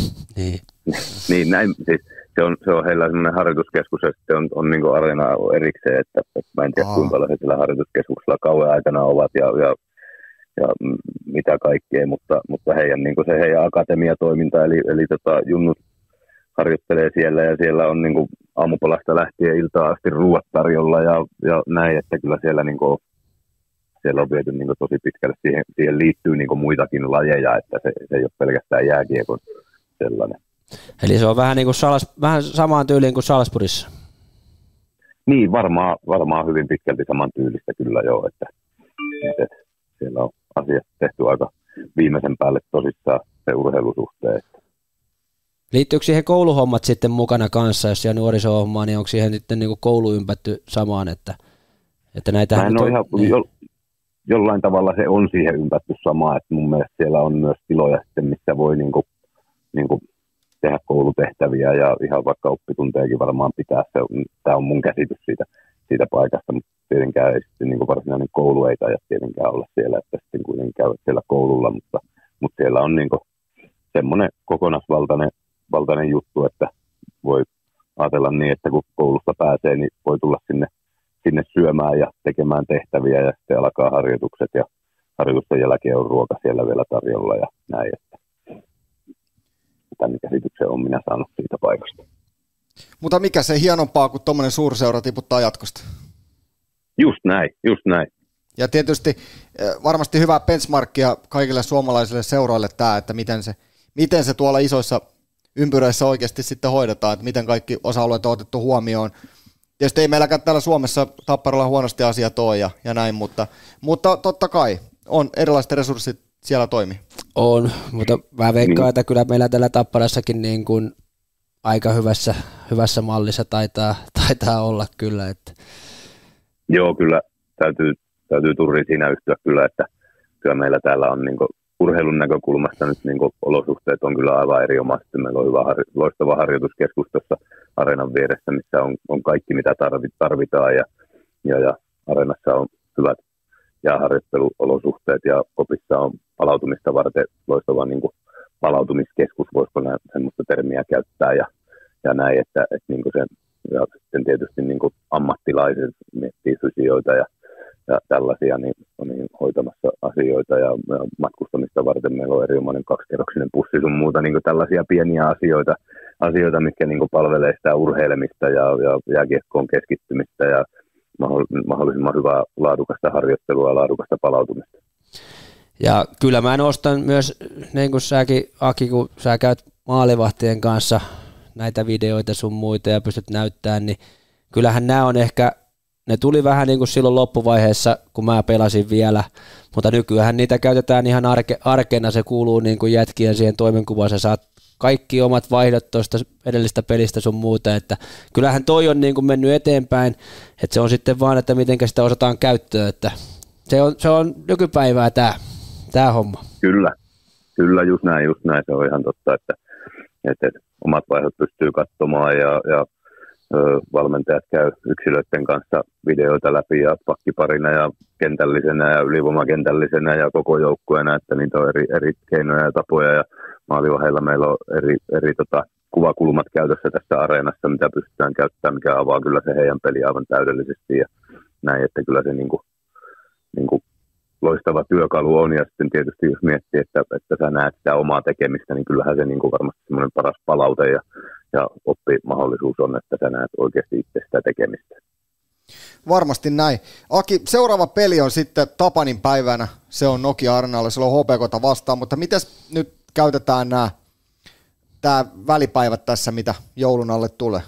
Niin näin, siis se on heillä sellainen harjoituskeskus ja sitten on niin kuin areena erikseen, että mä en tiedä kuinka paljon he sillä harjoituskeskuksella kauan aikana ovat ja mitä kaikkea, mutta heidän, niin kuin se heidän akatemiatoiminta, eli junnut harjoittelee siellä ja siellä on niin kuin aamupalasta lähtien iltaan asti ruuat tarjolla ja näin, että kyllä siellä, niin kuin, siellä on viety niin kuin tosi pitkälle, siihen liittyy niin kuin muitakin lajeja, että se ei ole pelkästään jääkiekon sellainen. Eli se on vähän, niin kuin vähän samaan tyyliin kuin Salzburgissa? Niin, varmaan hyvin pitkälti saman tyylistä kyllä joo, että siellä on asiat tehty aika viimeisen päälle tosissaan se urheilusuhteen. Liittyykö siihen kouluhommat sitten mukana kanssa, jos siellä nuorisohommaa, niin onko siihen sitten niin kuin koulu ympätty samaan, että näitähän jollain tavalla se on siihen ympätty samaa, että mun mielestä siellä on myös tiloja sitten, missä voi niin kuin tehdä koulutehtäviä ja ihan vaikka oppituntejakin varmaan pitää. Tämä on mun käsitys siitä paikasta, mutta tietenkään ei sitten niin kuin varsinainen koulu ei taida tietenkään olla siellä, että sitten kuitenkin käyvät siellä koululla, mutta siellä on niin kuin semmoinen kokonaisvaltainen juttu, että voi ajatella niin, että kun koulusta pääsee, niin voi tulla sinne syömään ja tekemään tehtäviä ja sitten alkaa harjoitukset ja harjoitusten jälkeen on ruoka siellä vielä tarjolla ja näin, että tämän käsityksen on minä saanut siitä paikasta. Mutta mikä se hienompaa, kun tuommoinen suurseura tiputtaa jatkosta? Just näin. Ja tietysti varmasti hyvää benchmarkia kaikille suomalaisille seuroille tämä, että miten se tuolla isoissa ympyröissä oikeasti sitten hoidetaan, että miten kaikki osa-alueet on otettu huomioon. Tietysti ei meilläkään täällä Suomessa Tapparalla huonosti asiat ole ja näin, mutta totta kai on erilaiset resurssit siellä toimii. On, mutta mä veikkaan, että kyllä meillä täällä Tapparassakin niin kuin aika hyvässä mallissa taitaa olla kyllä. Että. Joo, kyllä täytyy Turri siinä yhtyä kyllä, että kyllä meillä täällä on niin kuin urheilun näkökulmasta nyt niin kuin olosuhteet on kyllä aivan erinomaiset. Meillä on hyvä loistava harjoituskeskus tuossa areenan vieressä, missä on kaikki mitä tarvitaan ja areenassa on ja harjoitteluolosuhteet ja kopissa on palautumista varten loistava niin kuin palautumiskeskus, voisiko semmoista termiä käyttää ja näin, että niin kuin se, ja sitten tietysti niin kuin ammattilaiset miettii fysioita ja tällaisia, niin on niin hoitamassa asioita ja matkustamista varten meillä on erinomainen 2-kerroksinen bussi sun muuta, niin kuin tällaisia pieniä asioita mitkä niin kuin palvelee sitä urheilemista ja jääkiekkoon keskittymistä ja mahdollisimman hyvää laadukasta harjoittelua ja laadukasta palautumista. Ja kyllä mä nostan myös, niin kuin säkin Aki, kun sä käyt maalivahtien kanssa näitä videoita sun muita ja pystyt näyttämään, niin kyllähän nämä on ehkä, ne tuli vähän niin kuin silloin loppuvaiheessa, kun mä pelasin vielä, mutta nykyään niitä käytetään ihan arkena, se kuuluu niin kuin jätkien siihen toimenkuvaan, sä saat kaikki omat vaihdot tuosta edellistä pelistä sun muuta, että kyllähän toi on niin kuin mennyt eteenpäin, että se on sitten vaan, että miten sitä osataan käyttöön, että se on nykypäivää tää homma. Kyllä, just näin, se on ihan totta, että omat vaihdot pystyy katsomaan ja valmentajat käy yksilöiden kanssa videoita läpi ja pakkiparina ja kentällisenä ja ylivoimakentällisenä ja koko joukkueena, että niitä on eri keinoja ja tapoja ja maalivahdeilla meillä on eri kuvakulmat käytössä tässä areenassa, mitä pystytään käyttämään, mikä avaa kyllä se heidän peli aivan täydellisesti ja näin, että kyllä se niin kuin loistava työkalu on ja sitten tietysti jos miettii, että sä näet sitä omaa tekemistä, niin kyllähän se niin kuin varmasti semmoinen paras palaute ja oppimahdollisuus on, että sä näet oikeasti itse sitä tekemistä. Varmasti näin. Aki, seuraava peli on sitten Tapanin päivänä, se on Nokia-arenalla, se on HPK:ta vastaan, mutta mitäs nyt käytetään tämä välipäivät tässä, mitä joulun alle tulee?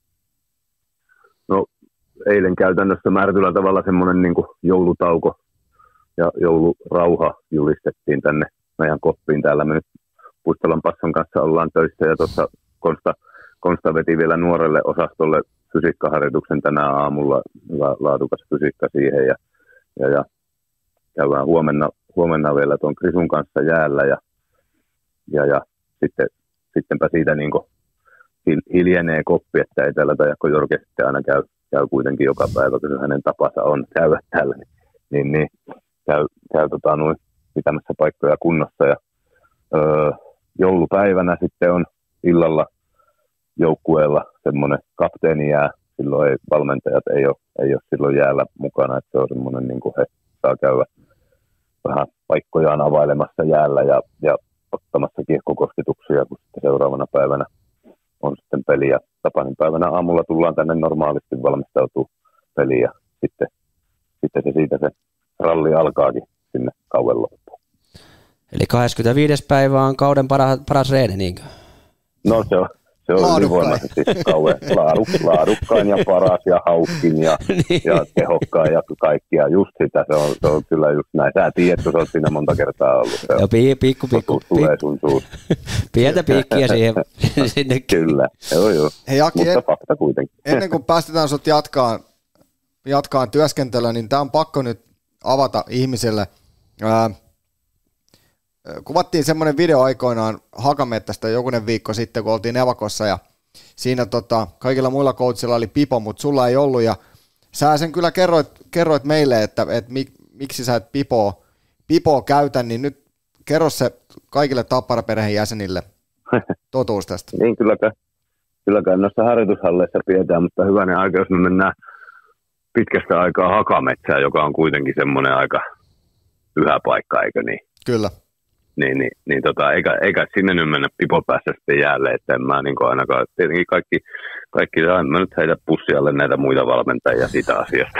No eilen käytännössä määrätyllä tavalla semmoinen niin kuin joulutauko ja joulurauha julistettiin tänne meidän koppiin. Täällä me nyt Puistolan Passon kanssa ollaan töissä ja tuossa Konsta veti vielä nuorelle osastolle fysiikkaharjoituksen tänä aamulla, laadukas fysiikka siihen ja käydään huomenna vielä tuon Krisun kanssa jäällä ja sittenpä siitä niin kuin hiljenee koppi, että ei täällä Tajakko Jorge sitten aina käy kuitenkin joka päivä, kun hänen tapansa on käydä täällä, niin käy pitämässä paikkoja kunnossa ja joulupäivänä sitten on illalla joukkueella semmoinen kapteeni jää, silloin valmentajat ei ole silloin jäällä mukana, että se on semmoinen, niin kuin he saa käydä vähän paikkojaan availemassa jäällä ja ottamassa kiekkokosketuksia, kun sitten seuraavana päivänä on sitten peli ja Tapanin päivänä aamulla tullaan tänne normaalisti valmistautuu peliin ja sitten se ralli alkaakin sinne kauan loppuun. Eli 25. päivä on kauden paras reeni, niinkö? No se on ylivoimaisesti kauan laadukkaan ja paras ja hauskin ja tehokkaan ja kaikkia. Just sitä, se on kyllä just näin. Sä tiedät, kun sä oot siinä monta kertaa ollut. Joo, pikku. Tulee sun suus. Pientä piikkiä siihen sinne. Kyllä, joo. Hei Aki, mutta fakta kuitenkin. Ennen kuin päästetään sut jatkaan työskentelyä, niin tää on pakko nyt avata ihmiselle. Kuvattiin semmoinen video aikoinaan Hakamettästä jokunen viikko sitten, kun oltiin Evakossa ja siinä kaikilla muilla coachilla oli pipo, mutta sulla ei ollut ja sä sen kyllä kerroit meille, että miksi sä et pipoa käytä, niin nyt kerro se kaikille Tappara-perheen jäsenille totuus tästä. Niin kylläkään noissa harjoitushalleissa pidetään, mutta hyvänen aika, jos me mennään pitkästä aikaa Hakametsään, joka on kuitenkin semmoinen aika pyhä paikka, eikö niin? Kyllä. Eikä sinne nyt mennä pipo päässä sitten jäälle, että en mä niin ainakaan, tietenkin kaikki mä nyt heitä pussialle näitä muita valmentajia siitä asiasta.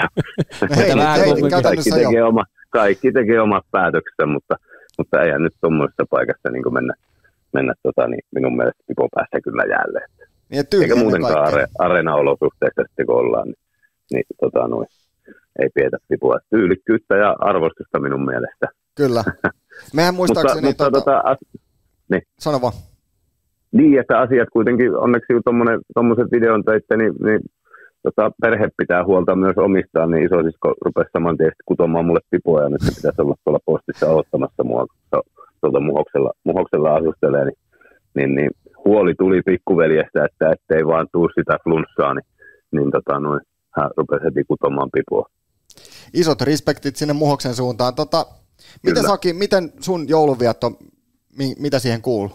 Kaikki tekee omat päätöksensä, mutta eihän nyt tuommoisessa paikassa niin mennä minun mielestä pipo päässä kyllä jäälle. Eikä muutenkaan areenaolosuhteissa sitten kun ollaan, niin ei pidetä pipoa. Tyylikkyyttä ja arvostusta minun mielestä. Kyllä. Mehän muistaakseni... niin. Sano vaan. Niin, että asiat kuitenkin, onneksi kun tuommoisen videon teitte, niin perhe pitää huolta myös omistaan, niin isosisko rupesi saman tien kutomaan mulle pipoa, ja nyt se pitäisi olla tuolla postissa odottamassa mua, kun tuolta muhoksella asustelee, niin huoli tuli pikkuveljestä, että ettei vaan tuu sitä flunssaa, niin hän rupesi heti kutomaan pipoa. isot respektit sinne Muhoksen suuntaan. Miten Saki, miten sun joulunvietto, mitä siihen kuuluu?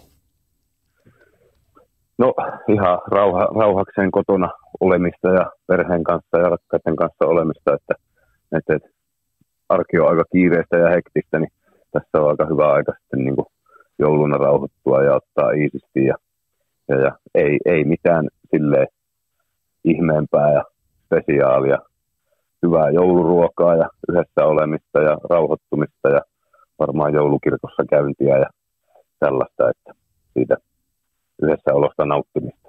No ihan rauhakseen kotona olemista ja perheen kanssa ja rakkaiden kanssa olemista, että arki on aika kiireistä ja hektistä, niin tässä on aika hyvä aika sitten niin kuin jouluna rauhoittua ja ottaa iisisti ja ei mitään silleen ihmeempää ja spesiaalia. Hyvää jouluruokaa ja yhdessä olemista ja rauhoittumista ja varmaan joulukirkossa käyntiä ja tällaista, että siitä yhdessä olosta nauttimista.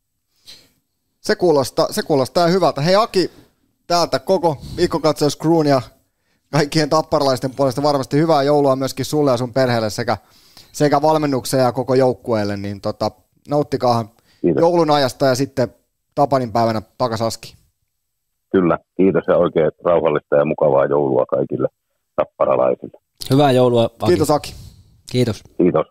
Se kuulostaa hyvältä. Hei Aki, täältä koko viikkokatsaus Crewn ja kaikkien tapparalaisten puolesta varmasti hyvää joulua myöskin sulle ja sun perheelle sekä valmennukseen ja koko joukkueelle, niin nauttikaahan joulun ajasta ja sitten Tapanin päivänä takas Aski. Kyllä, kiitos ja oikein rauhallista ja mukavaa joulua kaikille tapparalaisille. Hyvää joulua, Aki. Kiitos Aki. Kiitos. Kiitos.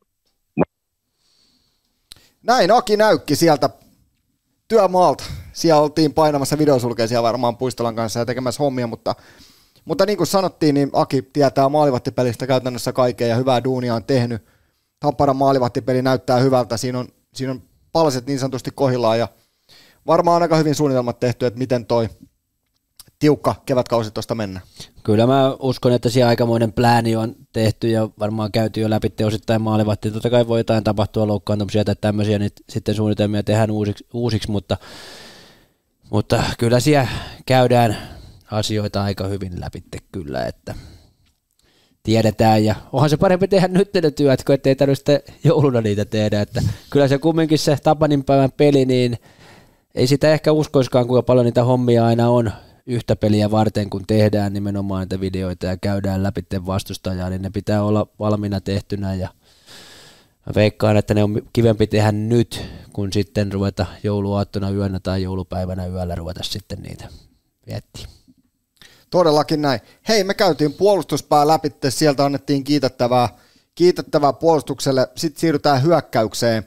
Näin Aki näykki sieltä työmaalta. Siellä oltiin painamassa videosulkeisia varmaan Puistolan kanssa ja tekemässä hommia, mutta niin kuin sanottiin, niin Aki tietää maalivahtipelistä käytännössä kaiken ja hyvää duunia on tehnyt. Tapparan maalivahtipeli näyttää hyvältä, siinä on palaset niin sanotusti kohdillaan ja varmaan on aika hyvin suunnitelmat tehty, että miten toi tiukka kevätkausi tuosta mennä. Kyllä mä uskon, että siellä aikamoinen plääni on tehty ja varmaan käyty jo läpi osittain maalivahti. Totta kai voi jotain tapahtua, loukkaantumisia tai tämmöisiä, niin sitten suunnitelmia tehdään uusiksi mutta kyllä siellä käydään asioita aika hyvin läpi kyllä, että tiedetään ja onhan se parempi tehdä nyt ne työt, kun ettei tarvitse jouluna niitä tehdä, että kyllä se kumminkin se Tapanin päivän peli, niin ei sitä ehkä uskoiskaan, kuinka paljon niitä hommia aina on yhtä peliä varten, kun tehdään nimenomaan niitä videoita ja käydään läpi vastustajaa, niin ne pitää olla valmiina tehtynä ja mä veikkaan, että ne on kivempi tehdä nyt, kun sitten ruveta jouluaattona yönä tai joulupäivänä yöllä ruveta sitten niitä miettiä. Todellakin näin. Hei, me käytiin puolustuspää läpi, sieltä annettiin kiitettävää puolustukselle, sitten siirrytään hyökkäykseen.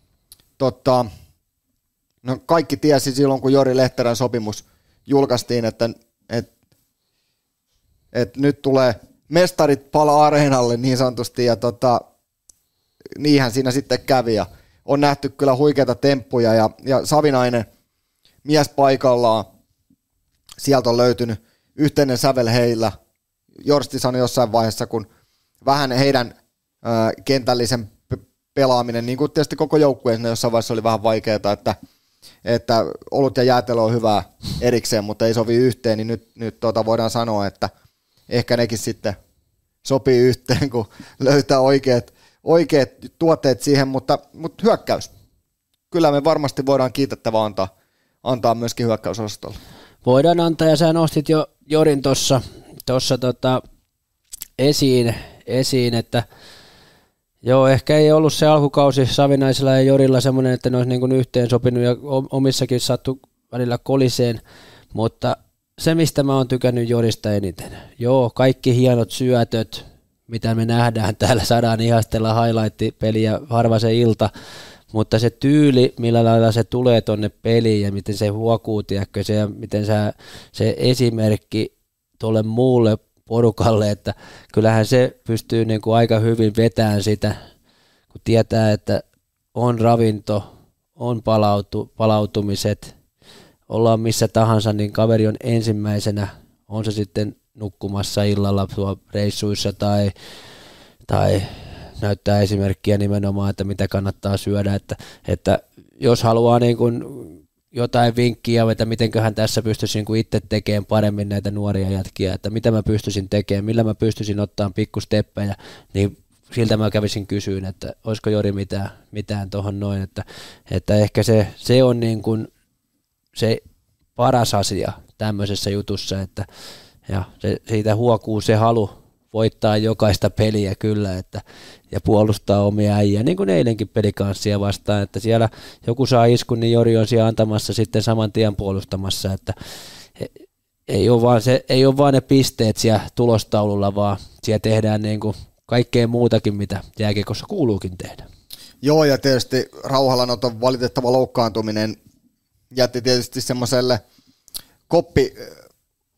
No kaikki tiesi silloin, kun Jori Lehterän sopimus julkaistiin, että nyt tulee mestarit pala areenalle niin sanotusti, ja niinhän siinä sitten kävi, ja on nähty kyllä huikeita temppuja, ja Savinainen mies paikallaan, sieltä on löytynyt yhteinen sävel heillä. Jorsti sanoi jossain vaiheessa, kun vähän heidän kentällisen pelaaminen, niin kuin tietysti koko joukkueessa jossain vaiheessa oli vähän vaikeaa, että olut ja jäätelö on hyvää erikseen, mutta ei sovi yhteen, niin nyt voidaan sanoa, että ehkä nekin sitten sopii yhteen, kun löytää oikeat tuotteet siihen, mutta hyökkäys. Kyllä me varmasti voidaan kiitettävää antaa myöskin hyökkäysosastolle. Voidaan antaa, ja sä nostit jo Jorin tuossa esiin, että joo, ehkä ei ollut se alkukausi Savinaisella ja Jorilla semmoinen, että ne olisi niin kuin yhteen sopinut ja omissakin sattu välillä koliseen, mutta se, mistä mä oon tykännyt Jorista eniten, joo, kaikki hienot syötöt, mitä me nähdään täällä, saadaan ihastella highlight-peliä harva se ilta, mutta se tyyli, millä lailla se tulee tonne peliin ja miten se huokuu, tiedätkö, ja miten se esimerkki tuolle muulle porukalle, että kyllähän se pystyy niin kuin aika hyvin vetämään sitä, kun tietää, että on ravinto, on palautumiset, ollaan missä tahansa, niin kaveri on ensimmäisenä, on se sitten nukkumassa illalla reissuissa tai näyttää esimerkkiä nimenomaan, että mitä kannattaa syödä, että jos haluaa niin kuin jotain vinkkiä, että mitenköhän tässä pystyisin niin kuin itse tekemään paremmin näitä nuoria jätkiä, että mitä mä pystyisin tekemään, millä mä pystyisin ottamaan pikkusteppejä, niin siltä mä kävisin kysyyn, että olisiko Jori mitään tuohon noin, että ehkä se on niin kuin se paras asia tämmöisessä jutussa, että ja siitä huokuu se halu voittaa jokaista peliä kyllä, ja puolustaa omia äijä, niin kuin eilenkin pelikanssia vastaan, että siellä joku saa iskun, niin Jori on siellä antamassa sitten saman tien puolustamassa, että ei ole vaan ne pisteet siellä tulostaululla, vaan siellä tehdään niin kuin kaikkea muutakin, mitä jääkiekossa kuuluukin tehdä. Joo, ja tietysti Rauhalanoton valitettava loukkaantuminen jätti tietysti semmoiselle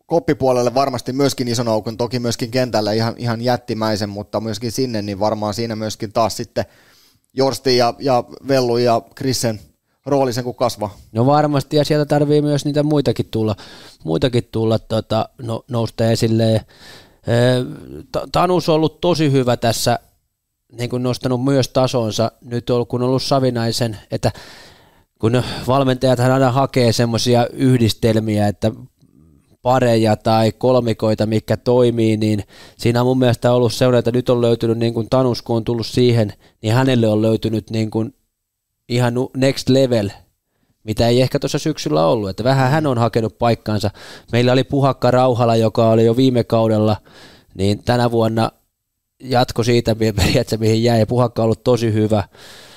koppipuolelle varmasti myöskin ison aukon, toki myöskin kentällä ihan jättimäisen, mutta myöskin sinne, niin varmaan siinä myöskin taas sitten Jorsti ja Vellu ja Krissen rooli sen kun kasvaa. No varmasti, ja sieltä tarvii myös niitä muitakin tulla nousta esille. Tanus on ollut tosi hyvä tässä, niin kuin nostanut myös tasonsa, nyt kun on ollut Savinaisen, että kun valmentajat aina hakee semmoisia yhdistelmiä, että pareja tai kolmikoita, mikä toimii, niin siinä on mun mielestä ollut sellainen, että nyt on löytynyt niin kuin Tanus, kun on tullut siihen, niin hänelle on löytynyt niin kuin ihan next level, mitä ei ehkä tuossa syksyllä ollut, että vähän hän on hakenut paikkaansa. Meillä oli Puhakka Rauhala, joka oli jo viime kaudella, niin tänä vuonna jatko siitä periaatteessa, mihin jäi, ja Puhakka on ollut tosi hyvä.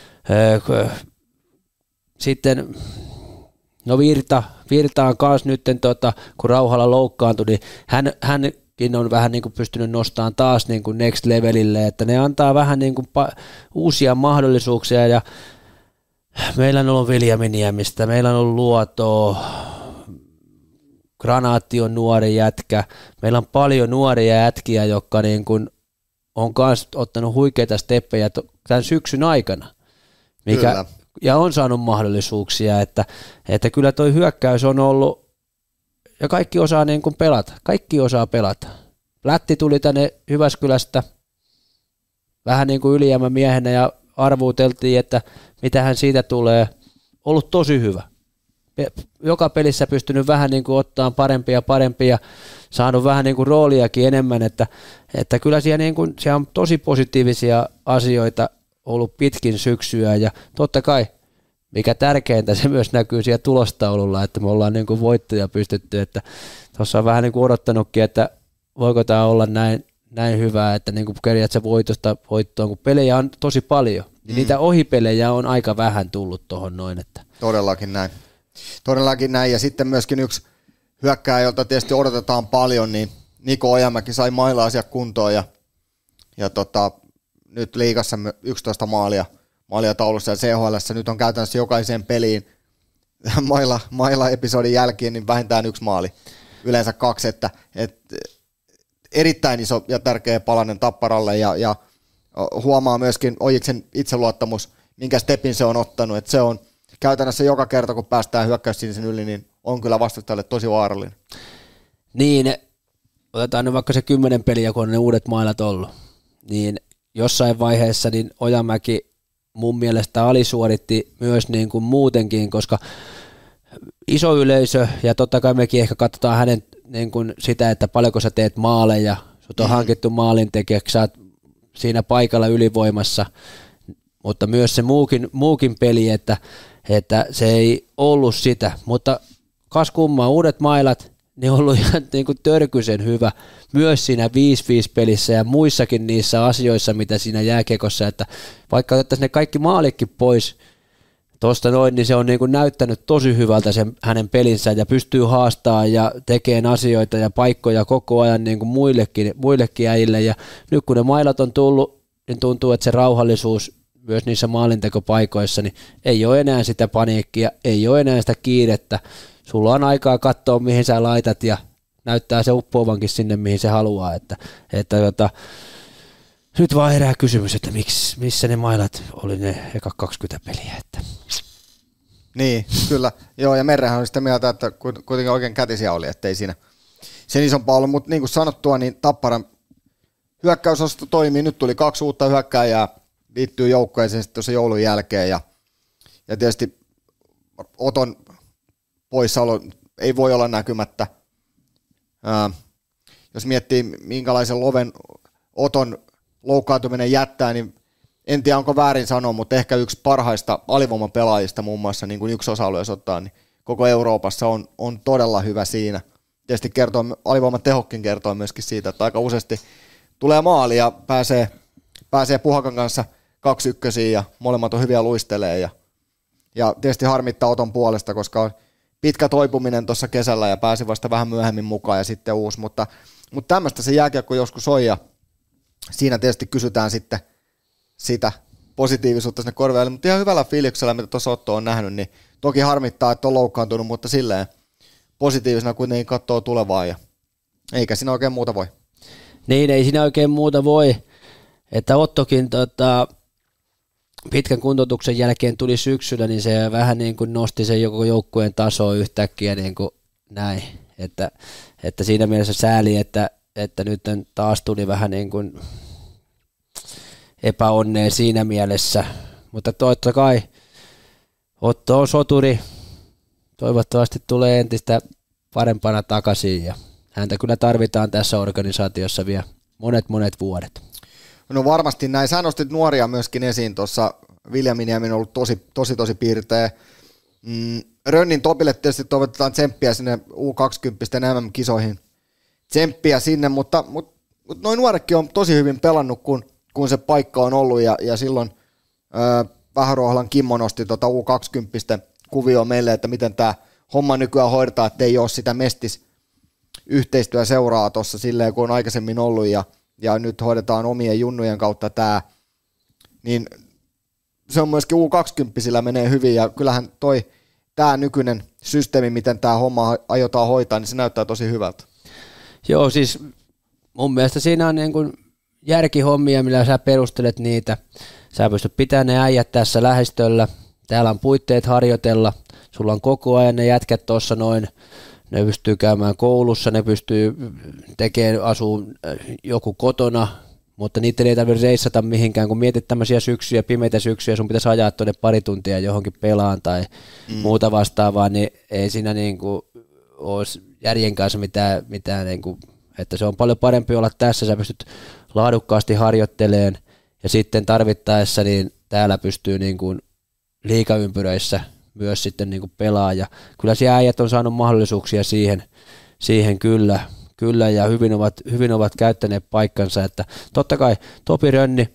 Sitten no Virta on kanssa nyt, kun Rauhala loukkaantui, niin hänkin on vähän niin kuin pystynyt nostamaan taas niin kuin next levelille, että ne antaa vähän niin kuin uusia mahdollisuuksia, ja meillä on ollut Viljaminiemistä, meillä on ollut Luotoa, Granaatti on nuori jätkä, meillä on paljon nuoria jätkiä, jotka niin kuin on myös ottanut huikeita steppejä tämän syksyn aikana, ja on saanut mahdollisuuksia, että kyllä toi hyökkäys on ollut, ja kaikki osaa niin kuin pelata, Plätti tuli tänne Jyväskylästä vähän niin kuin ylijäämämiehenä, ja arvuuteltiin, että mitä hän siitä tulee, ollut tosi hyvä. Joka pelissä pystynyt vähän niin kuin ottaa parempia, saanut vähän niin kuin rooliakin enemmän, että kyllä siellä, niin kuin, siellä on tosi positiivisia asioita ollut pitkin syksyä, ja totta kai, mikä tärkeintä, se myös näkyy siellä tulostaululla, että me ollaan niin kuin voittoja pystytty, että tuossa on vähän niin kuin odottanutkin, että voiko tämä olla näin hyvää, että niin kuin kerjät voitosta voittoon, kun pelejä on tosi paljon, niin niitä ohipelejä on aika vähän tullut tuohon noin. Että. Todellakin näin, ja sitten myöskin yksi hyökkääjä, jolta tietysti odotetaan paljon, niin Niko Ojamäki sai maila-asiat kuntoon, ja nyt liigassa 11 maalia taulussa, ja CHL:ssä nyt on käytännössä jokaiseen peliin maila-episodin jälkeen niin vähintään 1 maali, yleensä 2, että erittäin iso ja tärkeä palanen Tapparalle, ja huomaa myöskin Ojiksen itseluottamus, minkä stepin se on ottanut, että se on käytännössä joka kerta, kun päästään hyökkäyssinisen yli, niin on kyllä vastustajalle tosi vaarallinen. Niin, otetaan nyt vaikka se 10 peliä, kun on ne uudet mailat ollut, niin jossain vaiheessa niin Ojamäki mun mielestä alisuoritti myös niin kuin muutenkin, koska iso yleisö, ja totta kai mekin ehkä katsotaan hänen niin kuin sitä, että paljonko sä teet maaleja, sut on hankittu maalintekijäksi, sä oot siinä paikalla ylivoimassa, mutta myös se muukin peli, että se ei ollut sitä, mutta kas kummaa, uudet mailat, niin on ollut ihan niin kuin törkyisen hyvä myös siinä 5-5 pelissä ja muissakin niissä asioissa, mitä siinä jääkiekossa, että vaikka otettaisiin ne kaikki maalikin pois tuosta noin, niin se on niin kuin näyttänyt tosi hyvältä sen hänen pelinsä ja pystyy haastamaan ja tekemään asioita ja paikkoja koko ajan niin kuin muillekin äijille, ja nyt kun ne mailat on tullut, niin tuntuu, että se rauhallisuus myös niissä maalintekopaikoissa, niin ei ole enää sitä paniikkia, ei ole enää sitä kiirettä, sulla on aikaa katsoa, mihin sä laitat, ja näyttää se uppoavankin sinne, mihin se haluaa, että nyt vaan herää kysymys, että missä ne mailat oli ne eka 20 peliä, että. Niin, kyllä, joo, ja Merrehän on sitä mieltä, että kuitenkin oikein kätisiä oli, ettei siinä sen isompaa ollut, mutta niin kuin sanottua, niin Tapparan hyökkäysosasto toimii, nyt tuli 2 uutta hyökkääjää, liittyy joukkueeseen sitten tuossa joulun jälkeen, ja tietysti Oton poissaolo ei voi olla näkymättä. Jos miettii, minkälaisen loven Oton loukkaantuminen jättää, niin en tiedä, onko väärin sanoa, mutta ehkä yksi parhaista alivoimapelaajista muun muassa, niin kuin yksi osa-alue jos ottaa, niin koko Euroopassa on todella hyvä siinä. Tietysti alivoiman tehokkin kertoo myöskin siitä, että aika useasti tulee maali ja pääsee Puhakan kanssa 2-1 ja molemmat on hyviä luistelee, ja tietysti harmittaa Oton puolesta, koska on pitkä toipuminen tuossa kesällä ja pääsi vasta vähän myöhemmin mukaan ja sitten uusi, mutta tämmöistä se jääkiekko joskus on, ja siinä tietysti kysytään sitten sitä positiivisuutta sinne korveille, mutta ihan hyvällä fiiliksellä, mitä tuossa Otto on nähnyt, niin toki harmittaa, että on loukkaantunut, mutta silleen positiivisena kuitenkin katsoo tulevaa, ja Eikä siinä oikein muuta voi. Niin, ei siinä oikein muuta voi. Että Ottokin pitkän kuntoutuksen jälkeen tuli syksyllä, niin se vähän niin kuin nosti sen joko joukkueen tasoa yhtäkkiä niin kuin näin. Että siinä mielessä sääli, että nyt taas tuli vähän niin kuin epäonnea siinä mielessä. Mutta totta kai Otto on soturi. Toivottavasti tulee entistä parempana takaisin ja häntä kyllä tarvitaan tässä organisaatiossa vielä monet vuodet. No varmasti näin. Sä nostit nuoria myöskin esiin tuossa. Vilja Miniemi on ollut tosi piirteä. Rönnin Topille tietysti toivotetaan tsemppiä sinne U20 MM-kisoihin. Tsemppiä sinne, mutta noin nuoretkin on tosi hyvin pelannut, kun se paikka on ollut ja silloin Vähäruoholan Kimmo nosti U20 kuvioa meille, että miten tämä homma nykyään hoidetaan, että ei ole sitä yhteistyöseuraa tuossa silleen, kun on aikaisemmin ollut ja nyt hoidetaan omien junnujen kautta tämä, niin se on myöskin U20 menee hyvin ja kyllähän tämä nykyinen systeemi, miten tämä homma aiotaan hoitaa, niin se näyttää tosi hyvältä. Joo, siis mun mielestä siinä on niin kuin järkihommia, millä sä perustelet niitä. Sä pystyt pitämään ne äijät tässä lähistöllä, täällä on puitteet harjoitella, sulla on koko ajan ne jätkät tuossa noin, ne pystyy käymään koulussa, ne pystyy asuun joku kotona, mutta niitä ei tarvitse reissata mihinkään, kun mietit tämmöisiä syksyjä, pimeitä syksyjä, sun pitäisi ajaa tuonne pari tuntia johonkin pelaan tai muuta vastaavaa, niin ei siinä niinku ole järjen kanssa mitään niinku, että se on paljon parempi olla tässä, sä pystyt laadukkaasti harjoittelemaan ja sitten tarvittaessa niin täällä pystyy niinku liigaympyröissä myös sitten niinku pelaa ja kyllä siellä äijät on saanut mahdollisuuksia siihen kyllä ja hyvin ovat käyttäneet paikkansa, että totta kai Topi Rönni,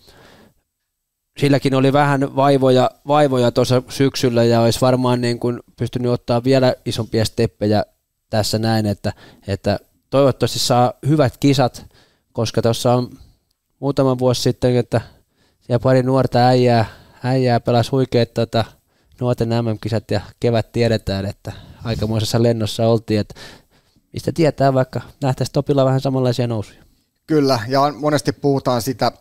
silläkin oli vähän vaivoja tuossa syksyllä ja olisi varmaan niin kuin pystynyt ottaa vielä isompia steppejä tässä näin, että toivottavasti saa hyvät kisat, koska tuossa on muutama vuosi sitten, että siellä pari nuorta äijää pelasi huikeat nuorten MM-kisat ja kevät tiedetään, että aikamoisessa lennossa oltiin, että mistä tietää, vaikka nähtäisiin Topilla vähän samanlaisia nousuja. Kyllä, ja monesti puhutaan sitä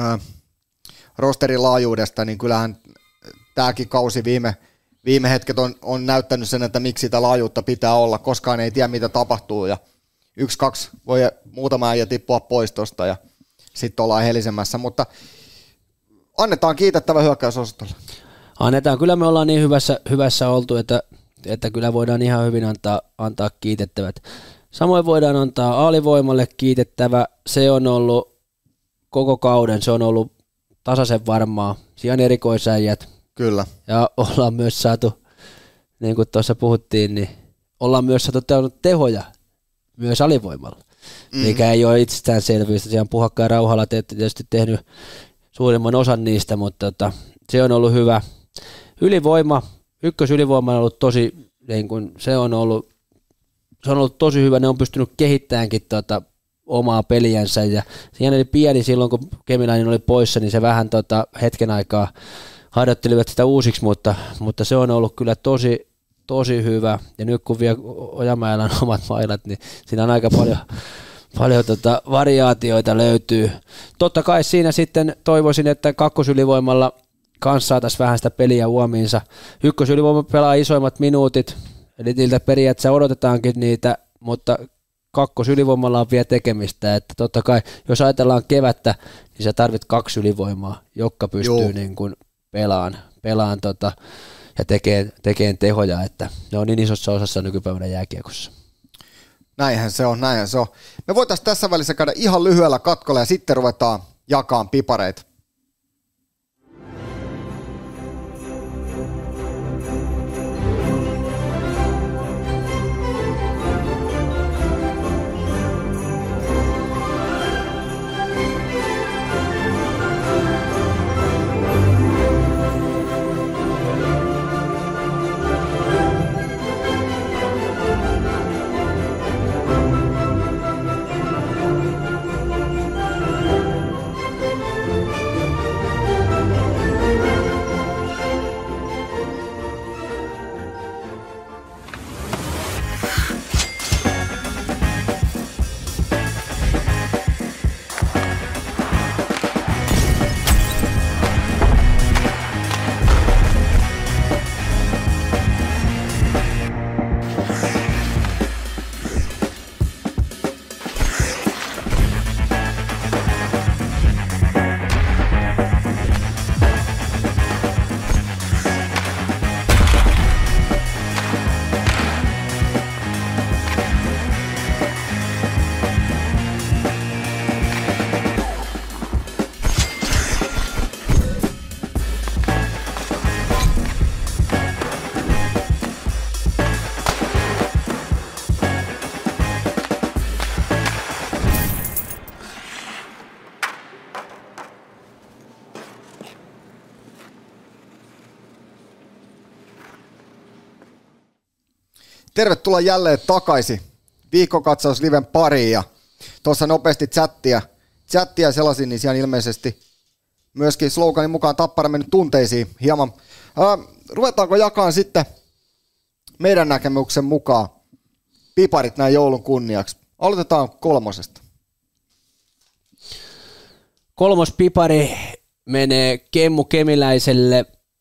rosterin laajuudesta, niin kyllähän tämäkin kausi viime hetket on näyttänyt sen, että miksi sitä laajuutta pitää olla, koskaan ei tiedä mitä tapahtuu, ja 1-2 voi muutama äijä tippua pois tosta, ja sitten ollaan helisemässä, mutta annetaan kiitettävä hyökkäysosastolle. Annetaan, kyllä me ollaan niin hyvässä oltu, että kyllä voidaan ihan hyvin antaa kiitettävät. Samoin voidaan antaa Alivoimalle kiitettävä, se on ollut koko kauden, se on ollut tasaisen varmaa, siellä erikoisäijät. Kyllä. Ja ollaan myös saatu, niin kuin tuossa puhuttiin, niin ollaan myös saatu tehoja myös Alivoimalla, mikä ei ole itsestäänselvyys. Siellä on Puhakka ja Rauhala tietysti tehnyt suurimman osan niistä, mutta se on ollut hyvä. Ykkösylivoima on ollut tosi, niin kuin, se on ollut tosi hyvä, ne on pystynyt kehittämäänkin omaa peliänsä ja siinä oli pieni silloin, kun Kemiläinen oli poissa, niin se vähän hetken aikaa harjoittelivat sitä uusiksi, mutta se on ollut kyllä tosi hyvä ja nyt kun vielä Ojamäellä on omat mailat, niin siinä on aika paljon variaatioita löytyy. Totta kai siinä sitten toivoisin, että kakkosylivoimalla kanssa saataisiin vähän sitä peliä huomiinsa. Ykkösylivoima pelaa isoimmat minuutit, eli niiltä periaatteessa odotetaankin niitä, mutta kakkosylivoimalla on vielä tekemistä, että totta kai jos ajatellaan kevättä, niin sä tarvit 2 ylivoimaa, jotka pystyy niin kuin pelaan ja tekeen tehoja, että ne on niin isossa osassa nykypäivänä jääkiekossa. Näinhän se on. Me voitaisiin tässä välissä käydä ihan lyhyellä katkolla ja sitten ruvetaan jakamaan pipareita. Tervetuloa jälleen takaisin viikkokatsaus liven pariin ja tuossa nopeasti chattia selasin, niin siellä ilmeisesti myöskin sloganin mukaan Tappara mennyt tunteisiin hieman. Ruvetaanko jakaa sitten meidän näkemyksen mukaan piparit näin joulun kunniaksi? Aloitetaan 3. Pipari menee Kemmu Kemiläiselle.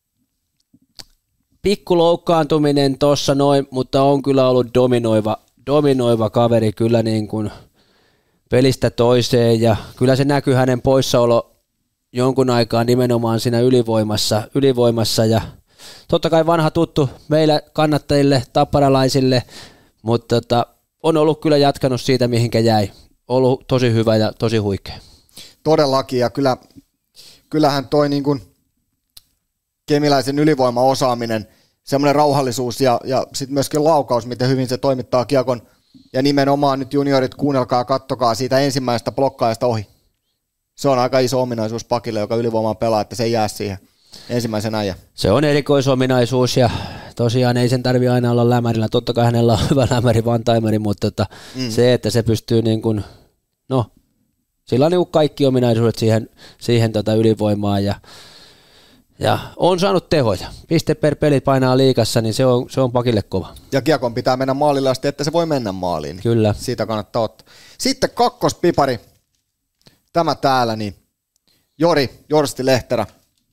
Pikku loukkaantuminen tossa noin, mutta on kyllä ollut dominoiva kaveri kyllä niin kuin pelistä toiseen ja kyllä se näkyy hänen poissaolo jonkun aikaa nimenomaan siinä ylivoimassa ja totta kai vanha tuttu meille kannattajille, tapparalaisille, mutta on ollut kyllä jatkanut siitä mihinkä jäi. Ollut tosi hyvä ja tosi huikea. Todellakin ja kyllähän toi niin kuin Kemiläisen ylivoimaosaaminen, semmoinen rauhallisuus ja sitten myöskin laukaus, miten hyvin se toimittaa kiekon. Ja nimenomaan nyt juniorit, kuunnelkaa ja kattokaa siitä ensimmäisestä blokkaajasta ohi. Se on aika iso ominaisuus pakille, joka ylivoimaa pelaa, että se ei jää siihen ensimmäisen äijä. Se on erikoisominaisuus ja tosiaan ei sen tarvitse aina olla lämärillä. Totta kai hänellä on hyvä lämäri, one-timeri, mutta se, että se pystyy niin kuin, sillä on niin kuin kaikki ominaisuudet siihen ylivoimaan ja on saanut tehoja. Piste per peli painaa liigassa, niin se on pakille kova. Ja kiekon pitää mennä maalille asti, että se voi mennä maaliin. Kyllä. Siitä kannattaa ottaa. Sitten kakkospipari. Tämä täällä, niin Jorsti Lehterä.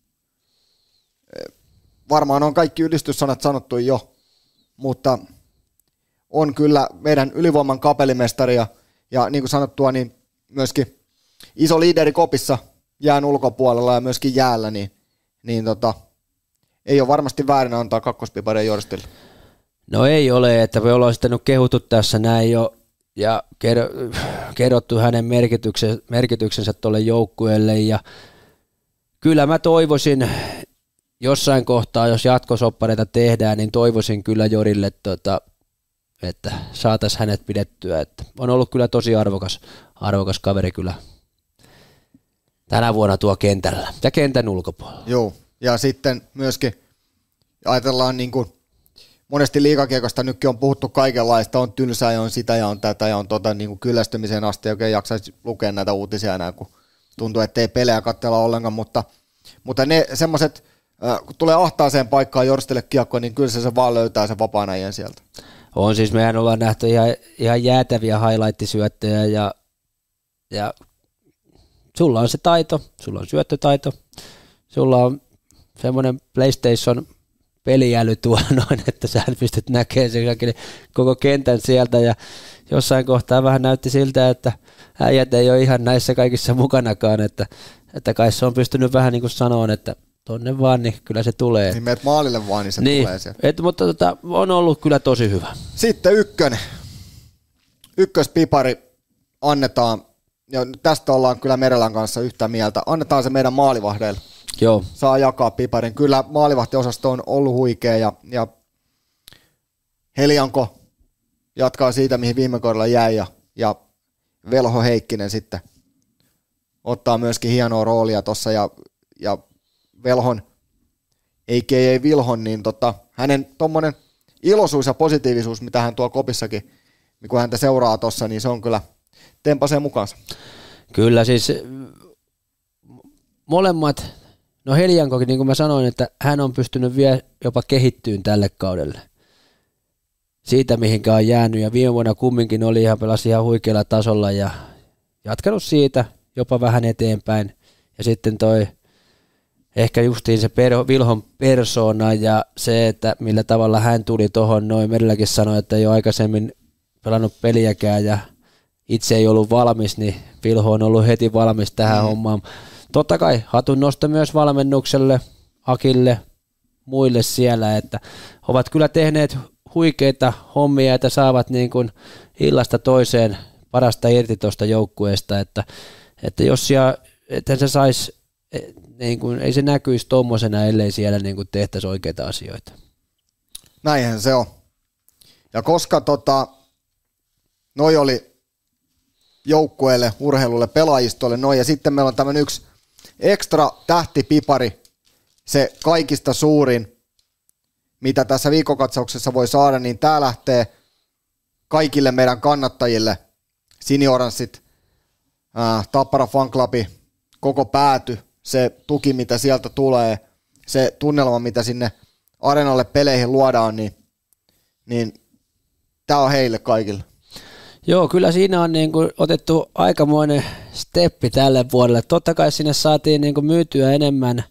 Varmaan on kaikki ylistyssanat sanottu jo, mutta on kyllä meidän ylivoiman kapelimestari ja niin kuin sanottua, niin myöskin iso liideri kopissa jään ulkopuolella ja myöskin jäällä, niin ei ole varmasti väärin antaa kakkospiparia Jorstille. No ei ole, että me ollaan sitten nyt kehuttu tässä näin jo ja kerrottu hänen merkityksensä tuolle joukkueelle ja kyllä mä toivoisin jossain kohtaa, jos jatkosoppareita tehdään, niin toivoisin kyllä Jorille, että saataisiin hänet pidettyä. Että on ollut kyllä tosi arvokas kaveri kyllä tänä vuonna tuo kentällä ja kentän ulkopuolella. Joo, ja sitten myöskin ajatellaan niin kuin monesti liigakiekosta nytkin on puhuttu kaikenlaista, on tylsää ja on sitä ja on tätä ja on niin kuin kyllästymiseen asti, oikein jaksaisi lukea näitä uutisia enää, kun tuntuu, että ei pelejä katsella ollenkaan, mutta ne semmoiset, kun tulee ahtaaseen paikkaan Jorstille kiekko, niin kyllä se vaan löytää sen vapaan ajan sieltä. On siis, mehän ollaan nähty ihan jäätäviä highlight-syöttöjä ja sulla on se taito, sulla on syöttötaito, sulla on semmoinen PlayStation peliäly noin, että sä pystyt näkemään sen koko kentän sieltä ja jossain kohtaa vähän näytti siltä, että äijät ei ole ihan näissä kaikissa mukanakaan, että kai se on pystynyt vähän niin kuin sanomaan, että tonne vaan, niin kyllä se tulee. Niin meet maalille vaan, niin se tulee sieltä. Mutta on ollut kyllä tosi hyvä. Sitten ykköspipari annetaan, ja tästä ollaan kyllä Merelän kanssa yhtä mieltä, annetaan se meidän maalivahdeille. Joo. Saa jakaa piparin. Kyllä maalivahtiosasto on ollut huikea ja Helianko jatkaa siitä, mihin viime kaudella jäi ja Velho Heikkinen sitten ottaa myöskin hienoa roolia tuossa ja Velhon, a.k.a. Vilhon, niin hänen tommonen iloisuus ja positiivisuus, mitä hän tuo kopissakin, kun häntä seuraa tuossa, niin se on kyllä tempasee mukaansa. Kyllä siis molemmat, no Heliankokin, niin kuin mä sanoin, että hän on pystynyt vielä jopa kehittyyn tälle kaudelle. Siitä mihinkä on jäänyt ja viime vuonna kumminkin oli pelasi ihan huikealla tasolla ja jatkanut siitä jopa vähän eteenpäin ja sitten toi ehkä justiin se Vilhon persoona ja se, että millä tavalla hän tuli tuohon, noin Merilläkin sanoi, että ei ole aikaisemmin pelannut peliäkään ja itse ei ollut valmis, niin Vilho on ollut heti valmis tähän hommaan. Totta kai hatun nosto myös valmennukselle, Akille, muille siellä, että ovat kyllä tehneet huikeita hommia, että saavat niin kuin illasta toiseen parasta irti tuosta joukkueesta, että jos että se saisi, niin kuin, ei se näkyisi tuommoisena, ellei siellä niin kuin tehtäisi oikeita asioita. Näinhän se on. Ja koska noi oli joukkueelle, urheilulle, pelaajistolle, ja sitten meillä on tämmöinen yksi ekstra tähtipipari, se kaikista suurin, mitä tässä viikkokatsauksessa voi saada, niin tämä lähtee kaikille meidän kannattajille, sinioranssit, Tappara fanclubi, koko pääty, se tuki, mitä sieltä tulee, se tunnelma, mitä sinne areenalle peleihin luodaan, niin tämä on heille kaikille. Joo, kyllä siinä on niin kuin otettu aikamoinen steppi tälle vuodelle. Totta kai sinne saatiin niin kuin myytyä enemmän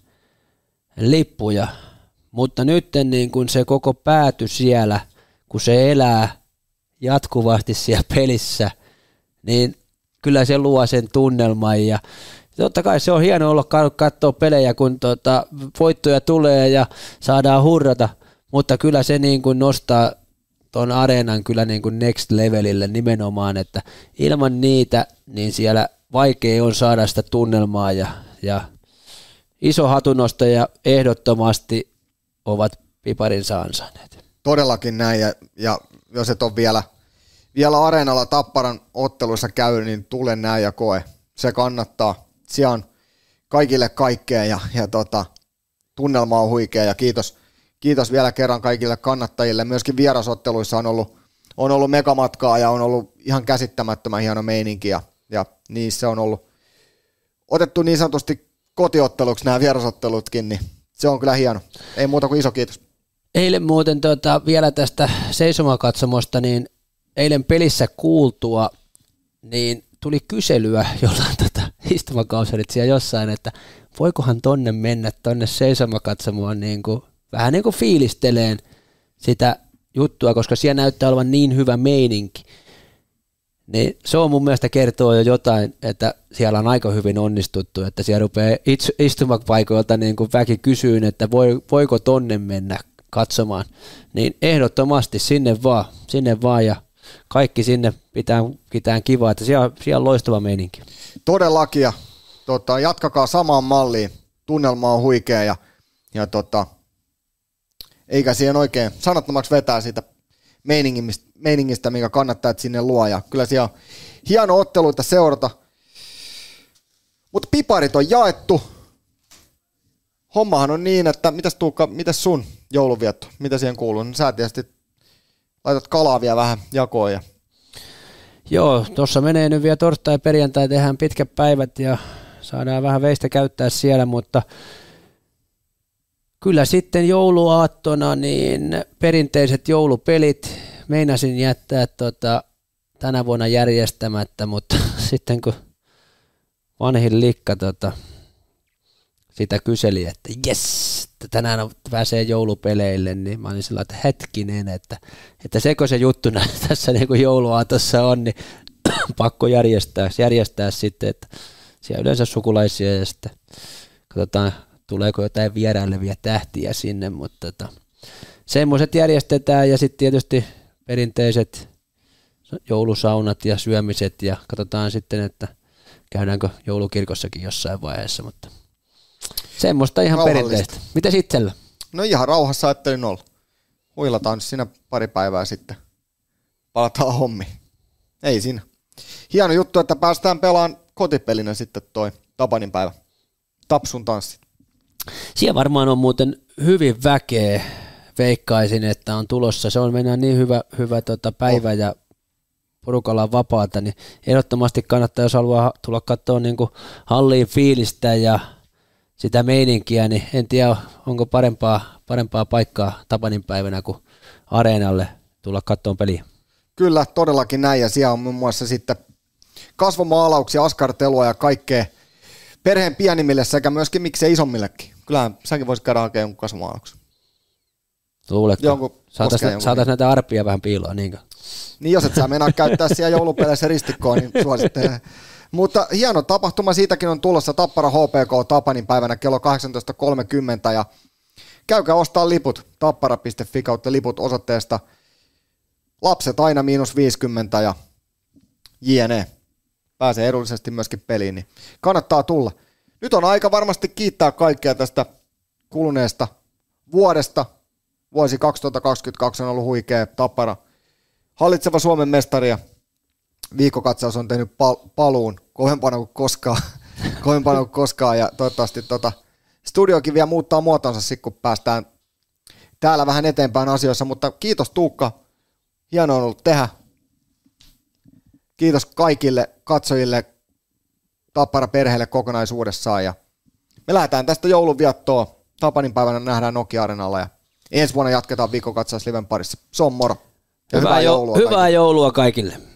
lippuja, mutta nyt niin kuin se koko pääty siellä, kun se elää jatkuvasti siellä pelissä, niin kyllä se luo sen tunnelman ja totta kai se on hieno olla katsoa pelejä, kun voittoja tulee ja saadaan hurrata, mutta kyllä se niin kuin nostaa tuon areenan kyllä niin kuin next levelille nimenomaan, että ilman niitä niin siellä vaikea on saada sitä tunnelmaa ja iso hatunnosto ja ehdottomasti ovat piparinsa ansainneet. Todellakin näin ja jos et ole vielä areenalla Tapparan otteluissa käynyt, niin tule näin ja koe. Se kannattaa. Siellä on kaikille kaikkea ja tunnelma on huikea ja kiitos vielä kerran kaikille kannattajille. Myöskin vierasotteluissa on ollut megamatkaa ja on ollut ihan käsittämättömän hieno meininki ja niissä on ollut otettu niin sanotusti kotiotteluksi nämä vierasottelutkin, niin se on kyllä hieno. Ei muuta kuin iso kiitos. Eilen muuten vielä tästä seisomakatsomosta, niin eilen pelissä kuultua, niin tuli kyselyä jollain istumakausarit siellä jossain, että voikohan tonne mennä tonne seisomakatsomoon niin kuin, vähän niin kuin fiilisteleen sitä juttua, koska siellä näyttää olevan niin hyvä meininki. Niin se on mun mielestä kertoo jo jotain, että siellä on aika hyvin onnistuttu, että siellä rupeaa istumapaikoilta niin kuin väki kysyyn, että voiko tonne mennä katsomaan. Niin ehdottomasti sinne vaan ja kaikki sinne pitää kivaa, että siellä on loistava meininki. Todellakin ja jatkakaa samaan malliin, tunnelma on huikea ja eikä siihen oikein sanattomaksi vetää siitä meiningistä, minkä kannattaa sinne luo ja kyllä siellä on hieno otteluita seurata, mutta piparit on jaettu. Hommahan on niin, että mitäs sun jouluvietto, mitä siihen kuuluu? No, sä tietysti laitat kalaa vielä vähän jakoon. Joo, tuossa menee nyt vielä torstai ja perjantai, tehdään pitkät päivät ja saadaan vähän veistä käyttää siellä, mutta kyllä sitten jouluaattona niin perinteiset joulupelit meinasin jättää tänä vuonna järjestämättä, mutta sitten kun vanhin likka sitä kyseli, että jes, tänään pääsee joulupeleille, niin mä olin sellainen, että hetkinen, että sekö se juttu tässä niin kuin jouluaatossa on, niin pakko järjestää sitten, että siellä yleensä sukulaisia ja sitten katsotaan, tuleeko jotain vierailevia tähtiä sinne, mutta semmoiset järjestetään ja sitten tietysti perinteiset joulusaunat ja syömiset ja katsotaan sitten, että käydäänkö joulukirkossakin jossain vaiheessa, mutta semmoista ihan perinteistä. Mitäs itsellä? No ihan rauhassa ajattelin olla. Huilataan nyt siinä pari päivää sitten. Palataan hommiin. Ei siinä. Hieno juttu, että päästään pelaamaan kotipelinä sitten toi Tapanin päivä. Tapsun tanssit. Siellä varmaan on muuten hyvin väkeä. Veikkaisin, että on tulossa. Se on mennään niin hyvä päivä ja porukalla on vapaata, niin ehdottomasti kannattaa, jos haluaa tulla katsoa niin kuin halliin fiilistä ja sitä meininkiä, niin en tiedä, onko parempaa paikkaa Tapanin päivänä kuin areenalle tulla katsomaan peliä. Kyllä, todellakin näin, ja siellä on muun muassa sitten kasvomaalauksia, askartelua ja kaikkea perheen pienimmille sekä myöskin miksei isommillekin. Kyllähän säkin voisit käydä hakemaan jonkun kasvomaalauksen. Luuletko? Saataisiin näitä arpia vähän piiloa, niinkö? Niin, jos et sä mennä käyttää siellä joulupeleissä ristikkoon, niin suosittelen. Mutta hieno tapahtuma, siitäkin on tulossa Tappara HPK Tapanin päivänä kello 18.30 ja käykää ostaa liput tappara.fi kautta liput osoitteesta lapset aina -50 ja jne. Pääsee edullisesti myöskin peliin, niin kannattaa tulla. Nyt on aika varmasti kiittää kaikkea tästä kuluneesta vuodesta. Vuosi 2022 on ollut huikea. Tappara hallitseva Suomen mestari ja viikkokatsaus on tehnyt paluun kovempana kuin koskaan ja toivottavasti studiokin vielä muuttaa muotonsa sitten, kun täällä vähän eteenpäin asioissa, mutta kiitos Tuukka, hienoa on ollut tehdä. Kiitos kaikille katsojille, Tappara-perheelle kokonaisuudessaan ja me lähdetään tästä joulunviettoon. Tapanin päivänä nähdään Nokia-areenalla ja ensi vuonna jatketaan viikkokatsaus liven parissa. Se on moro. Ja hyvää joulua joulua kaikille.